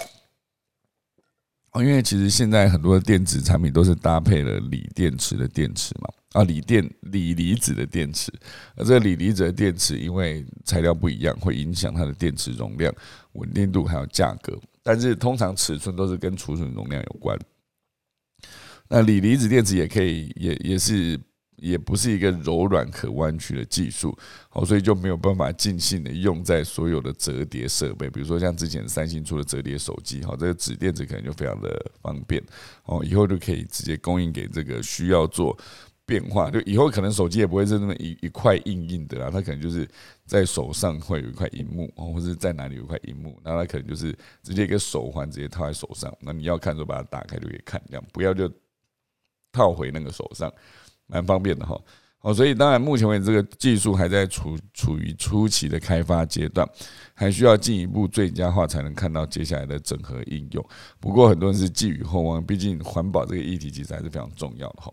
因为其实现在很多的电子产品都是搭配了锂电池的电池嘛，啊，锂电锂离子的电池，而这个锂离子的电池因为材料不一样，会影响它的电池容量、稳定度还有价格。但是通常尺寸都是跟储存容量有关。那锂离子电池也可以，也也是也不是一个柔软可弯曲的技术，好，所以就没有办法尽兴的用在所有的折叠设备，比如说像之前三星出的折叠手机，好，这个纸电池可能就非常的方便，哦，以后就可以直接供应给这个需要做变化，就以后可能手机也不会是那么一一块硬硬的啦，它可能就是在手上会有一块萤幕，或者是在哪里有一块萤幕，那它可能就是直接一个手环直接套在手上，那你要看就把它打开就可以看，这样不要就套回那个手上，蛮方便的哈。好，所以当然目前为止这个技术还在处处于初期的开发阶段，还需要进一步最佳化才能看到接下来的整合应用。不过很多人是寄予厚望，毕竟环保这个议题其实还是非常重要的哈。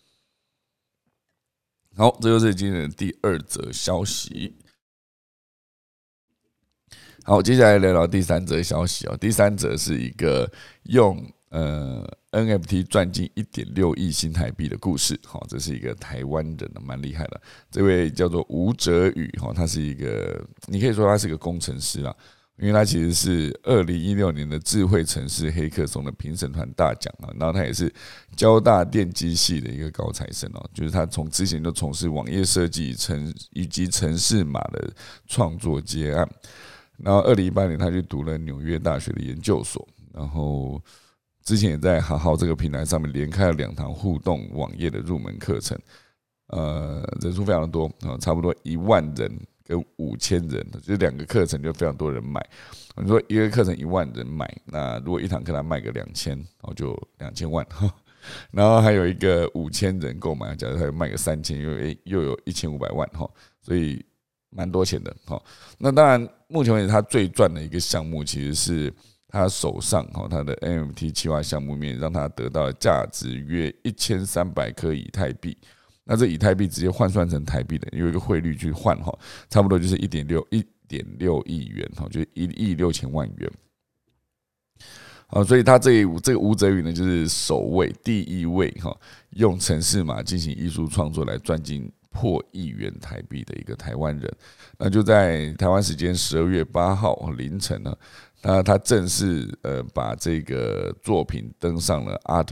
好，这就是今天的第二则消息。好，接下来聊聊第三则消息哦。第三则是一个用呃 N F T 赚进 一点六亿新台币的故事。好，这是一个台湾人，蛮厉害的。这位叫做吴哲宇，他是一个，你可以说他是个工程师啦。因为他其实是二零一六年的智慧城市黑客松的评审团大奖啊，然后他也是交大电机系的一个高材生哦，就是他从之前就从事网页设计、城以及程式码的创作接案，然后二零一八年他去读了纽约大学的研究所，然后之前也在好好这个平台上面连开了两堂互动网页的入门课程，呃，人数非常的多啊，差不多一万人。跟五千人，就是两个课程就非常多人买。你说一个课程一万人买，那如果一堂课他卖个两千，哦，就两千万。然后还有一个五千人购买，假如他卖个三千，又又有一千五百万哈，所以蛮多钱的哈。那当然，目前为止他最赚的一个项目，其实是他手上哈他的 N F T 企划项目面，让他得到价值约一千三百颗以太币。那这以太币直接换算成台币的，有一个汇率去换哈，差不多就是一点六一点六亿元哈，就是一亿六千万元。好，所以他这这个吴哲宇呢，就是首位第一位哈，用程式码进行艺术创作来赚进破亿元台币的一个台湾人。那就在台湾时间十二月八号凌晨呢，那他正式呃把这个作品登上了 Art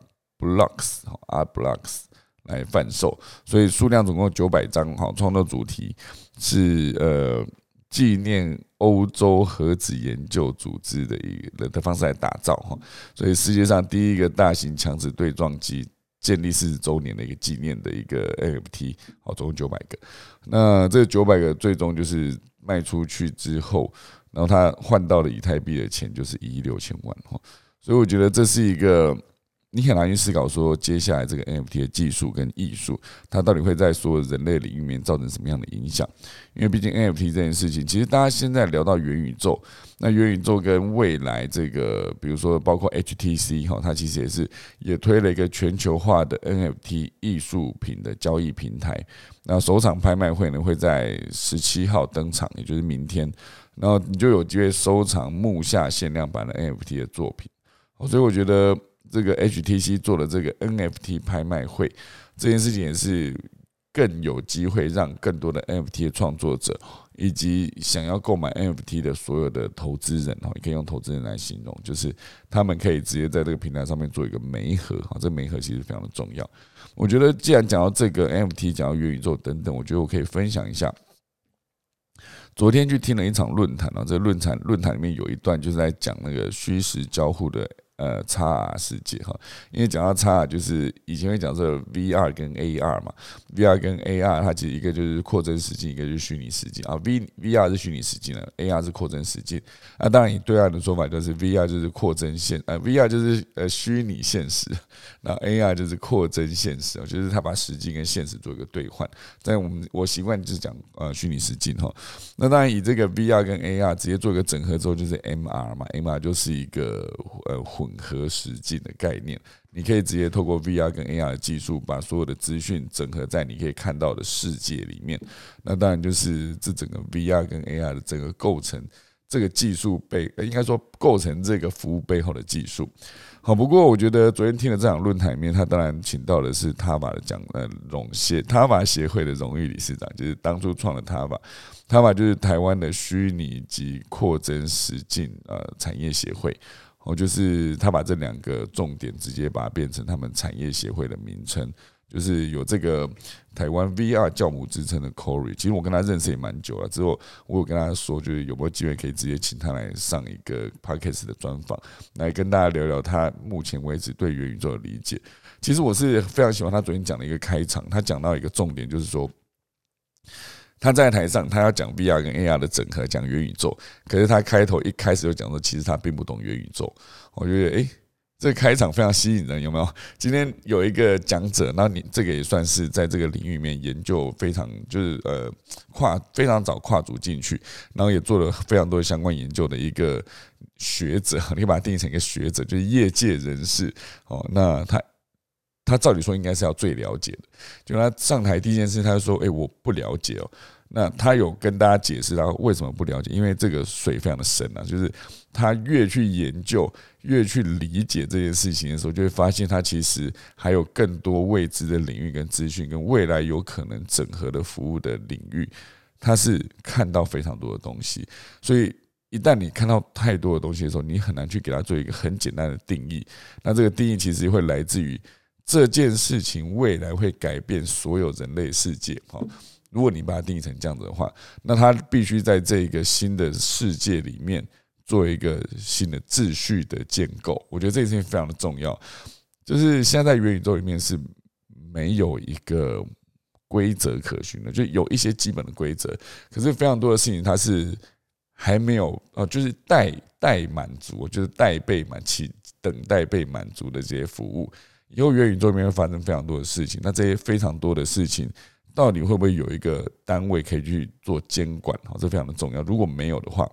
Blocks Art Blocks 来贩售，所以数量总共九百张。好，创作主题是呃纪念欧洲核子研究组织的一个的方式来打造哈，所以世界上第一个大型强子对撞机建立四十周年的一个纪念的一个 N F T， 好，总共九百个。那这九百个最终就是卖出去之后，然后他换到了以太币的钱就是一亿六千万哈，所以我觉得这是一个。你很难去思考说，接下来这个 N F T 的技术跟艺术，它到底会在所有人类领域里面造成什么样的影响？因为毕竟 N F T 这件事情，其实大家现在聊到元宇宙，那元宇宙跟未来这个，比如说包括 H T C 哈，它其实也是也推了一个全球化的 N F T 艺术品的交易平台。那首场拍卖会呢会在十七号登场，也就是明天，然后你就有机会收藏木下限量版的 N F T 的作品。所以我觉得。这个 H T C 做的这个 N F T 拍卖会这件事情也是更有机会让更多的 N F T 的创作者以及想要购买 N F T 的所有的投资人，也可以用投资人来形容，就是他们可以直接在这个平台上面做一个媒合，这媒合其实非常的重要。我觉得既然讲到这个 N F T， 讲到元宇宙等等，我觉得我可以分享一下。昨天去听了一场论坛，这个论坛论坛里面有一段就是在讲那个虚实交互的。呃 ，X R 世界哈，因为讲到 X R， 就是以前会讲这个 V R 跟 A R 嘛 ，V R 跟 A R 它其实一个就是扩增实境，一个就是虚拟实境啊。V VR 是虚拟实境了 ，A R 是扩增实境。那当然以对岸的说法就是 V R 就是扩增现，呃 V R 就是呃虚拟现实，然后 A R 就是扩增现实，就是它把实境跟现实做一个兑换。但我们我习惯就是讲呃虚拟实境哈。那当然以这个 V R 跟 A R 直接做一个整合之后，就是 M R 嘛 ，M R 就是一个呃混。混合实境的概念，你可以直接透过 V R 跟 A R 的技术，把所有的资讯整合在你可以看到的世界里面。那当然就是这整个 V R 跟 A R 的整个构成，这个技术背，应该说构成这个服务背后的技术。好，不过我觉得昨天听了这场论坛里面，他当然请到的是塔法的讲呃荣协塔法协会的荣誉理事长，就是当初创了塔法，塔法就是台湾的虚拟及扩增实境呃产业协会。哦，就是他把这两个重点直接把它变成他们产业协会的名称，就是有这个台湾 V R 教母之称的 Corey。其实我跟他认识也蛮久了，之后我有跟他说，就是有没有机会可以直接请他来上一个 Podcast 的专访，来跟大家聊聊他目前为止对元宇宙的理解。其实我是非常喜欢他昨天讲的一个开场，他讲到一个重点，就是说。他在台上，他要讲 V R 跟 A R 的整合，讲元宇宙。可是他开头一开始就讲说，其实他并不懂元宇宙。我觉得，哎、欸，这个开场非常吸引人，有没有？今天有一个讲者，那你这个也算是在这个领域里面研究非常，就是呃跨非常早跨足进去，然后也做了非常多相关研究的一个学者，你可以把它定义成一个学者，就是业界人士。哦，那他。他照理说应该是要最了解的，就他上台第一件事，他就说：“哎、欸，我不了解哦。”那他有跟大家解释他为什么不了解，因为这个水非常的深啊，就是他越去研究、越去理解这件事情的时候，就会发现他其实还有更多未知的领域跟资讯，跟未来有可能整合的服务的领域，他是看到非常多的东西，所以。一旦你看到太多的东西的时候，你很难去给它做一个很简单的定义。那这个定义其实会来自于这件事情未来会改变所有人类世界。如果你把它定义成这样子的话，那它必须在这个新的世界里面做一个新的秩序的建构。我觉得这件事情非常的重要。就是现在在元宇宙里面是没有一个规则可循的，就有一些基本的规则，可是非常多的事情它是。还没有呃，就是待待满足，就是待被满期等待被满足的这些服务，以后元宇宙里面会发生非常多的事情。那这些非常多的事情，到底会不会有一个单位可以去做监管？这非常的重要。如果没有的话，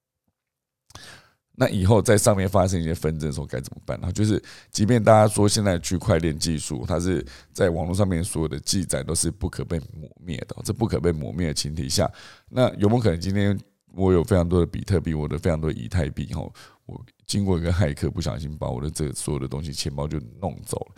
那以后在上面发生一些纷争的时候该怎么办？就是，即便大家说现在区块链技术，它是在网络上面所有的记载都是不可被抹灭的，这不可被抹灭的前提下，那有没有可能今天？我有非常多的比特币，我的非常多的以太币，我经过一个骇客不小心把我的这所有的东西钱包就弄走了。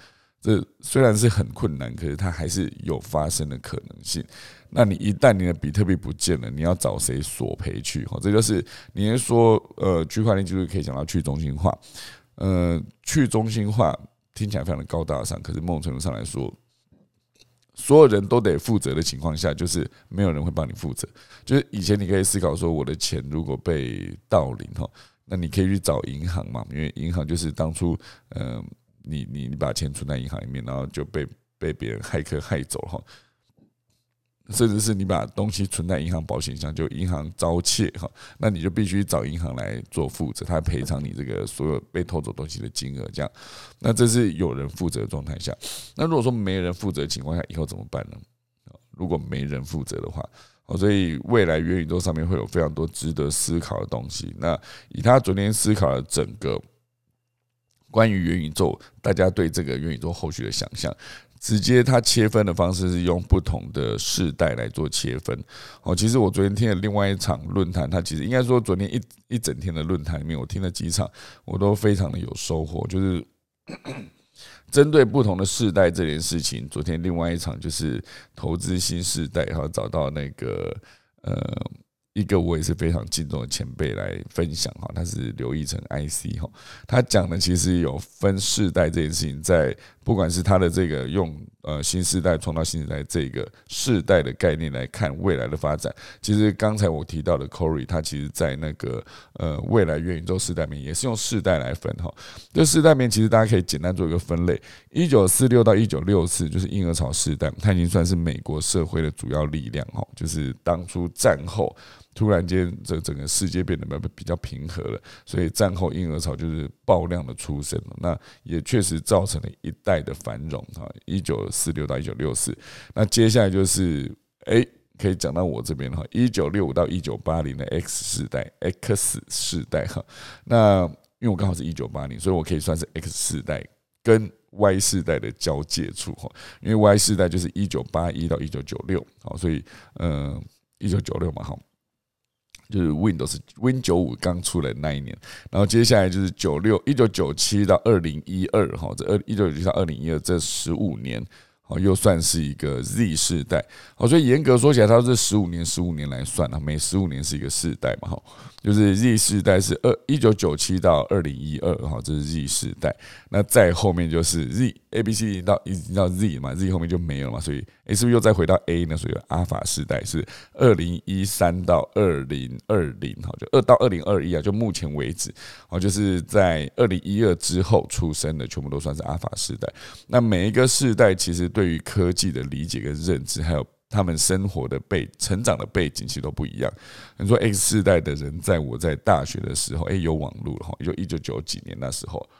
这虽然是很困难，可是它还是有发生的可能性。那你一旦你的比特币不见了，你要找谁索赔去？这就是你是说，呃，区块链技术可以讲到去中心化，呃，去中心化听起来非常的高大上，可是某种程度上来说，所有人都得负责的情况下，就是没有人会帮你负责。就是以前你可以思考说，我的钱如果被盗领哈，那你可以去找银行嘛，因为银行就是当初，呃，你你你把钱存在银行里面，然后就被被别人骇客害走哈。甚至是你把东西存在银行保险箱，就银行遭窃哈，那你就必须找银行来做负责，他赔偿你这个所有被偷走东西的金额，这样，那这是有人负责的状态下。那如果说没人负责的情况下，以后怎么办呢？如果没人负责的话，所以未来元宇宙上面会有非常多值得思考的东西。那以他昨天思考的整个关于元宇宙，大家对这个元宇宙后续的想象。直接它切分的方式是用不同的世代来做切分。哦，其实我昨天听了另外一场论坛，它其实应该说昨天一一整天的论坛里面，我听了几场，我都非常的有收获。就是针对不同的世代这件事情，昨天另外一场就是投资新世代，然后找到那个呃。一个我也是非常敬重的前辈来分享哈，他是刘义成 I C 哈，他讲的其实有分世代这件事情，在不管是他的这个用呃新世代创造新时代这个世代的概念来看未来的发展，其实刚才我提到的 Corey 他其实在那个呃未来元宇宙世代面也是用世代来分哈，这世代面其实大家可以简单做一个分类，一九四六到一九六四就是婴儿潮世代，它已经算是美国社会的主要力量哈，就是当初战后。突然间，这整个世界变得比较平和了，所以战后婴儿潮就是爆量的出生了。那也确实造成了一代的繁荣哈。一九四六到一九六四，那接下来就是哎，可以讲到我这边哈。一九六五到一九八零的 X 世代 ，X 世代哈。那因为我刚好是一九八零，所以我可以算是 X 世代跟 Y 世代的交界处哈。因为 Y 世代就是一九八一到一九九六，好，所以呃一九九六嘛哈。就是 Windows Win 九五刚出来的那一年，然后接下来就是九六一九九七到二零一二哈，这二一九九七到二零一二这十五年，好又算是一个 Z 世代，好，所以严格说起来，它是十五年十五年来算啊，每十五年是一个世代嘛，哈，就是 Z 世代是二一九九七到二零一二哈，这是 Z 世代，那再后面就是 Z A B C 到已经到 Z 嘛 ，Z 后面就没有了嘛，所以 A 是不是又再回到 A 呢？所以阿法世代是二零一三到二零二零，好，就二到二零二一啊，就目前为止，好，就是在二零一二之后出生的，全部都算是阿法世代。那每一个世代其实对于科技的理解跟认知，还有他们生活的背成长的背景其实都不一样。你说 X 世代的人，在我在大学的时候，哎、欸，有网络了，也就一九九几年那时候。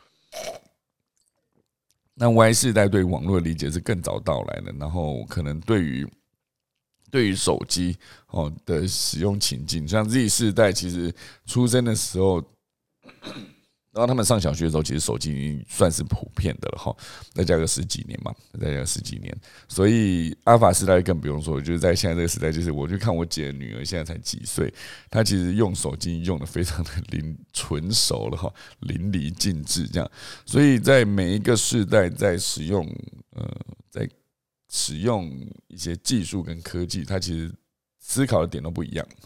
那 Y 世代对于网络的理解是更早到来的，然后可能对于对于手机哦的使用情境，像 Z 世代其实出生的时候。然后他们上小学的时候，其实手机已经算是普遍的了哈，再加个十几年嘛，再加个十几年，所以阿法时代更不用说，就是在现在这个时代，就是我去看我姐的女儿，现在才几岁，她其实用手机用的非常的灵纯熟了哈，淋漓尽致这样，所以在每一个世代在使用呃在使用一些技术跟科技，它其实思考的点都不一样哈。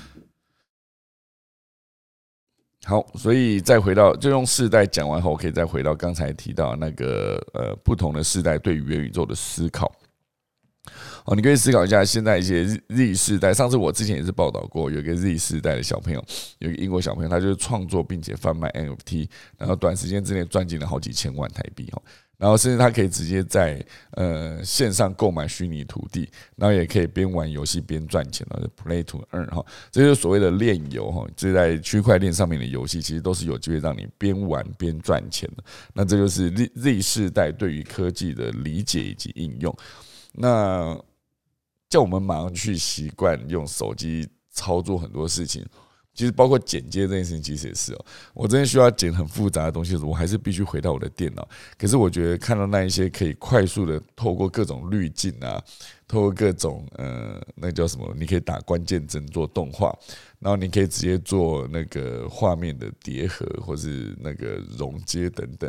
好，所以再回到，就用世代讲完后，我可以再回到刚才提到那个呃不同的世代对于元宇宙的思考。哦，你可以思考一下，现在一些 Z 世代，上次我之前也是报道过，有一个 Z 世代的小朋友，有一个英国小朋友，他就是创作并且贩卖 N F T， 然后短时间之内赚进了好几千万台币哦。然后甚至他可以直接在呃线上购买虚拟土地，然后也可以边玩游戏边赚钱，然后 Play to Earn 哈，这就是所谓的链游哈，这在区块链上面的游戏，其实都是有机会让你边玩边赚钱的。那这就是 Z 世代对于科技的理解以及应用。那叫我们马上去习惯用手机操作很多事情。其实包括剪接这件事情，其实也是哦。我真的需要剪很复杂的东西的时候，我还是必须回到我的电脑。可是我觉得看到那一些可以快速的透过各种滤镜啊，透过各种呃，那叫什么？你可以打关键帧做动画，然后你可以直接做那个画面的叠合或是那个融接等等。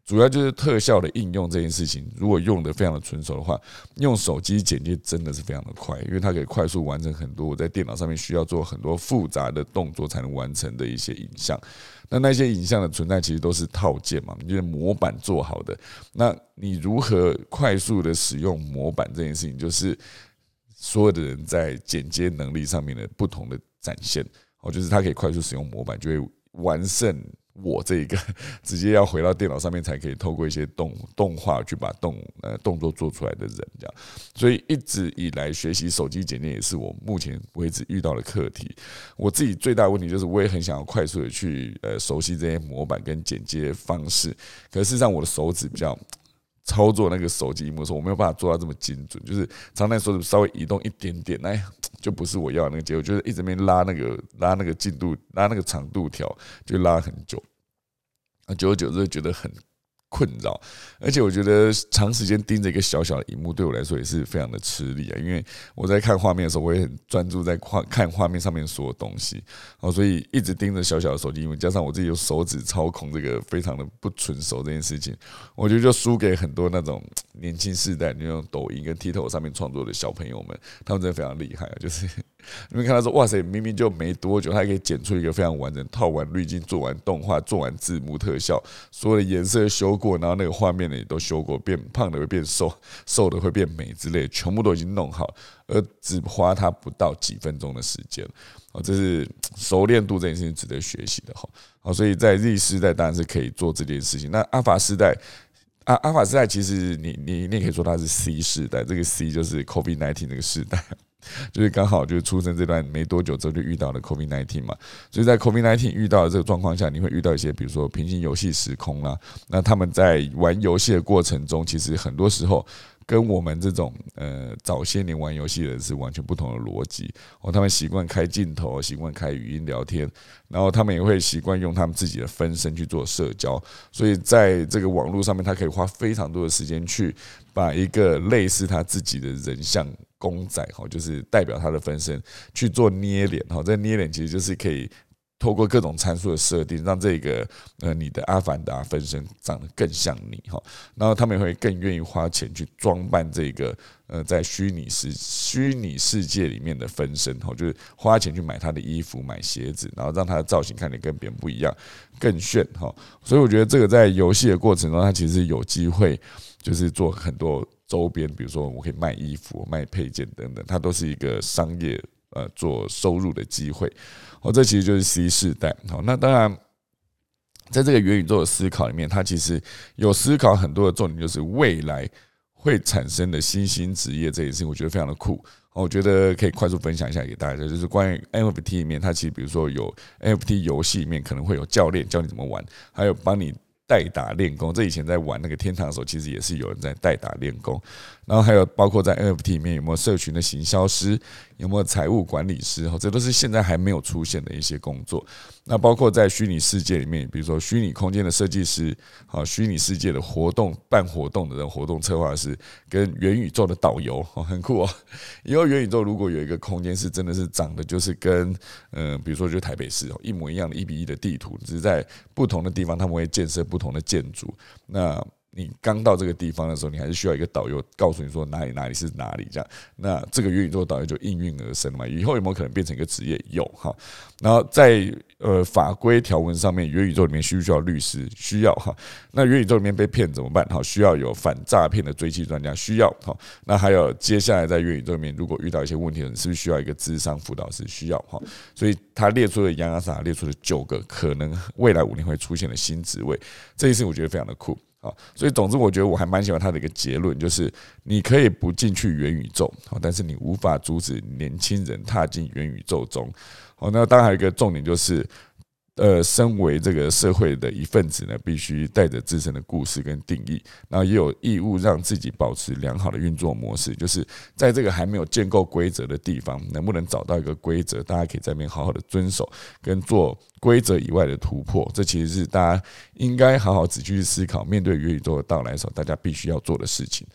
主要就是特效的应用这件事情，如果用得非常的纯熟的话，用手机剪接真的是非常的快，因为它可以快速完成很多我在电脑上面需要做很多复杂的动作才能完成的一些影像。那那些影像的存在其实都是套件嘛，就是模板做好的。那你如何快速的使用模板这件事情，就是所有的人在剪接能力上面的不同的展现。哦，就是他可以快速使用模板，就会完胜我这一个直接要回到电脑上面才可以透过一些动动画去把动呃动作做出来的人，这样。所以一直以来学习手机剪接也是我目前为止遇到的课题。我自己最大的问题就是，我也很想要快速的去呃熟悉这些模板跟剪接方式，可是事实上我的手指比较。操作那个手机荧幕的时候，我没有办法做到这么精准，就是常常手指稍微移动一点点，哎，就不是我要的那个结果，就是一直在那边拉那个拉那个进度，拉那个长度条，就拉很久，啊，久而久之就觉得很困扰，而且我觉得长时间盯着一个小小的荧幕，对我来说也是非常的吃力啊。因为我在看画面的时候，我也很专注在看画面上面所有东西，所以一直盯着小小的手机荧幕，加上我自己有手指操控这个非常的不纯熟这件事情，我觉得就输给很多那种年轻世代，那种抖音跟 TikTok 上面创作的小朋友们，他们真的非常厉害啊，就是。你们看到说，哇塞，明明就没多久，他还可以剪出一个非常完整，套完滤镜，做完动画，做完字幕特效，所有的颜色修过，然后那个画面也都修过，变胖的会变瘦，瘦的会变美之类的，全部都已经弄好，而只花他不到几分钟的时间。这是熟练度这件事情值得学习的哈。所以在 Z 世代当然是可以做这件事情，那阿法世代。阿阿法世代其实你你你也可以说它是 C 世代，这个 C 就是 COVID 十九 这个世代，就是刚好就是出生这段没多久之后就遇到了 COVID 十九 嘛，所以在 COVID 十九 遇到的这个状况下，你会遇到一些比如说平行游戏时空啦，那他们在玩游戏的过程中，其实很多时候。跟我们这种呃早些年玩游戏的人是完全不同的逻辑哦，他们习惯开镜头，习惯开语音聊天，然后他们也会习惯用他们自己的分身去做社交，所以在这个网络上面，他可以花非常多的时间去把一个类似他自己的人像公仔，就是代表他的分身去做捏脸，这捏脸其实就是可以。透过各种参数的设定，让这个呃你的阿凡达分身长得更像你哈，然后他们也会更愿意花钱去装扮这个呃在虚拟世虚拟世界里面的分身哈，就是花钱去买他的衣服、买鞋子，然后让他的造型看起来跟别人不一样，更炫哈。所以我觉得这个在游戏的过程中，它其实有机会就是做很多周边，比如说我可以卖衣服、卖配件等等，它都是一个商业。呃，做收入的机会，哦，这其实就是 C 世代。好，那当然，在这个元宇宙的思考里面，它其实有思考很多的重点，就是未来会产生的新兴职业这件事情，我觉得非常的酷。我觉得可以快速分享一下给大家，就是关于 N F T 里面，它其实比如说有 N F T 游戏里面可能会有教练教你怎么玩，还有帮你。代打练功，这以前在玩那个天堂的时候，其实也是有人在代打练功。然后还有包括在 N F T 里面有没有社群的行销师，有没有财务管理师，这都是现在还没有出现的一些工作。那包括在虚拟世界里面，比如说虚拟空间的设计师，虚拟世界的活动办活动的人，活动策划师，跟元宇宙的导游，很酷哦。以后元宇宙如果有一个空间是真的是长得就是跟呃，比如说就台北市一模一样的一比一的地图，只是在不同的地方他们会建设不同的建筑，那你刚到这个地方的时候，你还是需要一个导游告诉你说哪里哪里是哪里这样。那这个元宇宙导游就应运而生嘛。以后有没有可能变成一个职业？有哈。然后在呃法规条文上面，元宇宙里面需不需要律师？需要哈。那元宇宙里面被骗怎么办？好，需要有反诈骗的追缉专家，需要哈。那还有接下来在元宇宙里面，如果遇到一些问题，你是不是需要一个諮商辅导师？需要哈。所以他列出了洋洋洒洒列出了九个可能未来五年会出现的新职位，这一次我觉得非常的酷。所以总之我觉得我还蛮喜欢他的一个结论，就是你可以不进去元宇宙，但是你无法阻止年轻人踏进元宇宙中。那当然还有一个重点就是，呃，身为这个社会的一份子呢，必须带着自身的故事跟定义，然后也有义务让自己保持良好的运作模式。就是在这个还没有建构规则的地方，能不能找到一个规则，大家可以在那边好好的遵守，跟做规则以外的突破。这其实是大家应该好好仔细去思考，面对元宇宙的到来的时候，大家必须要做的事情。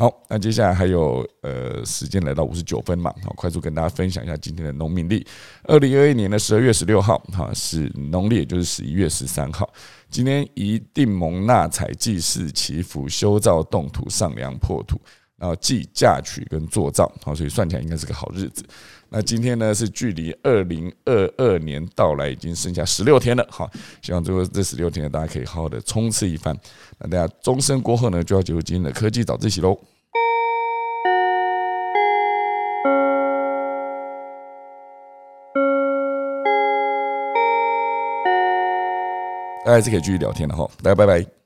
好，那接下来还有呃时间来到五十九分嘛，好，快速跟大家分享一下今天的农民历。二零二一年的十二月十六号，哈是农历，也就是十一月十三号。今天宜定蒙纳采祭祀祈福修造动土上梁破土，然后祭嫁娶跟做灶，好，所以算起来应该是个好日子。那今天呢是距离二零二二年到来已经剩下十六天了，好，希望最后这十六天呢大家可以好好的冲刺一番。那大家钟声过后呢，就要进入今天的科技早自习喽。大家还是可以继续聊天的哈，大家拜拜。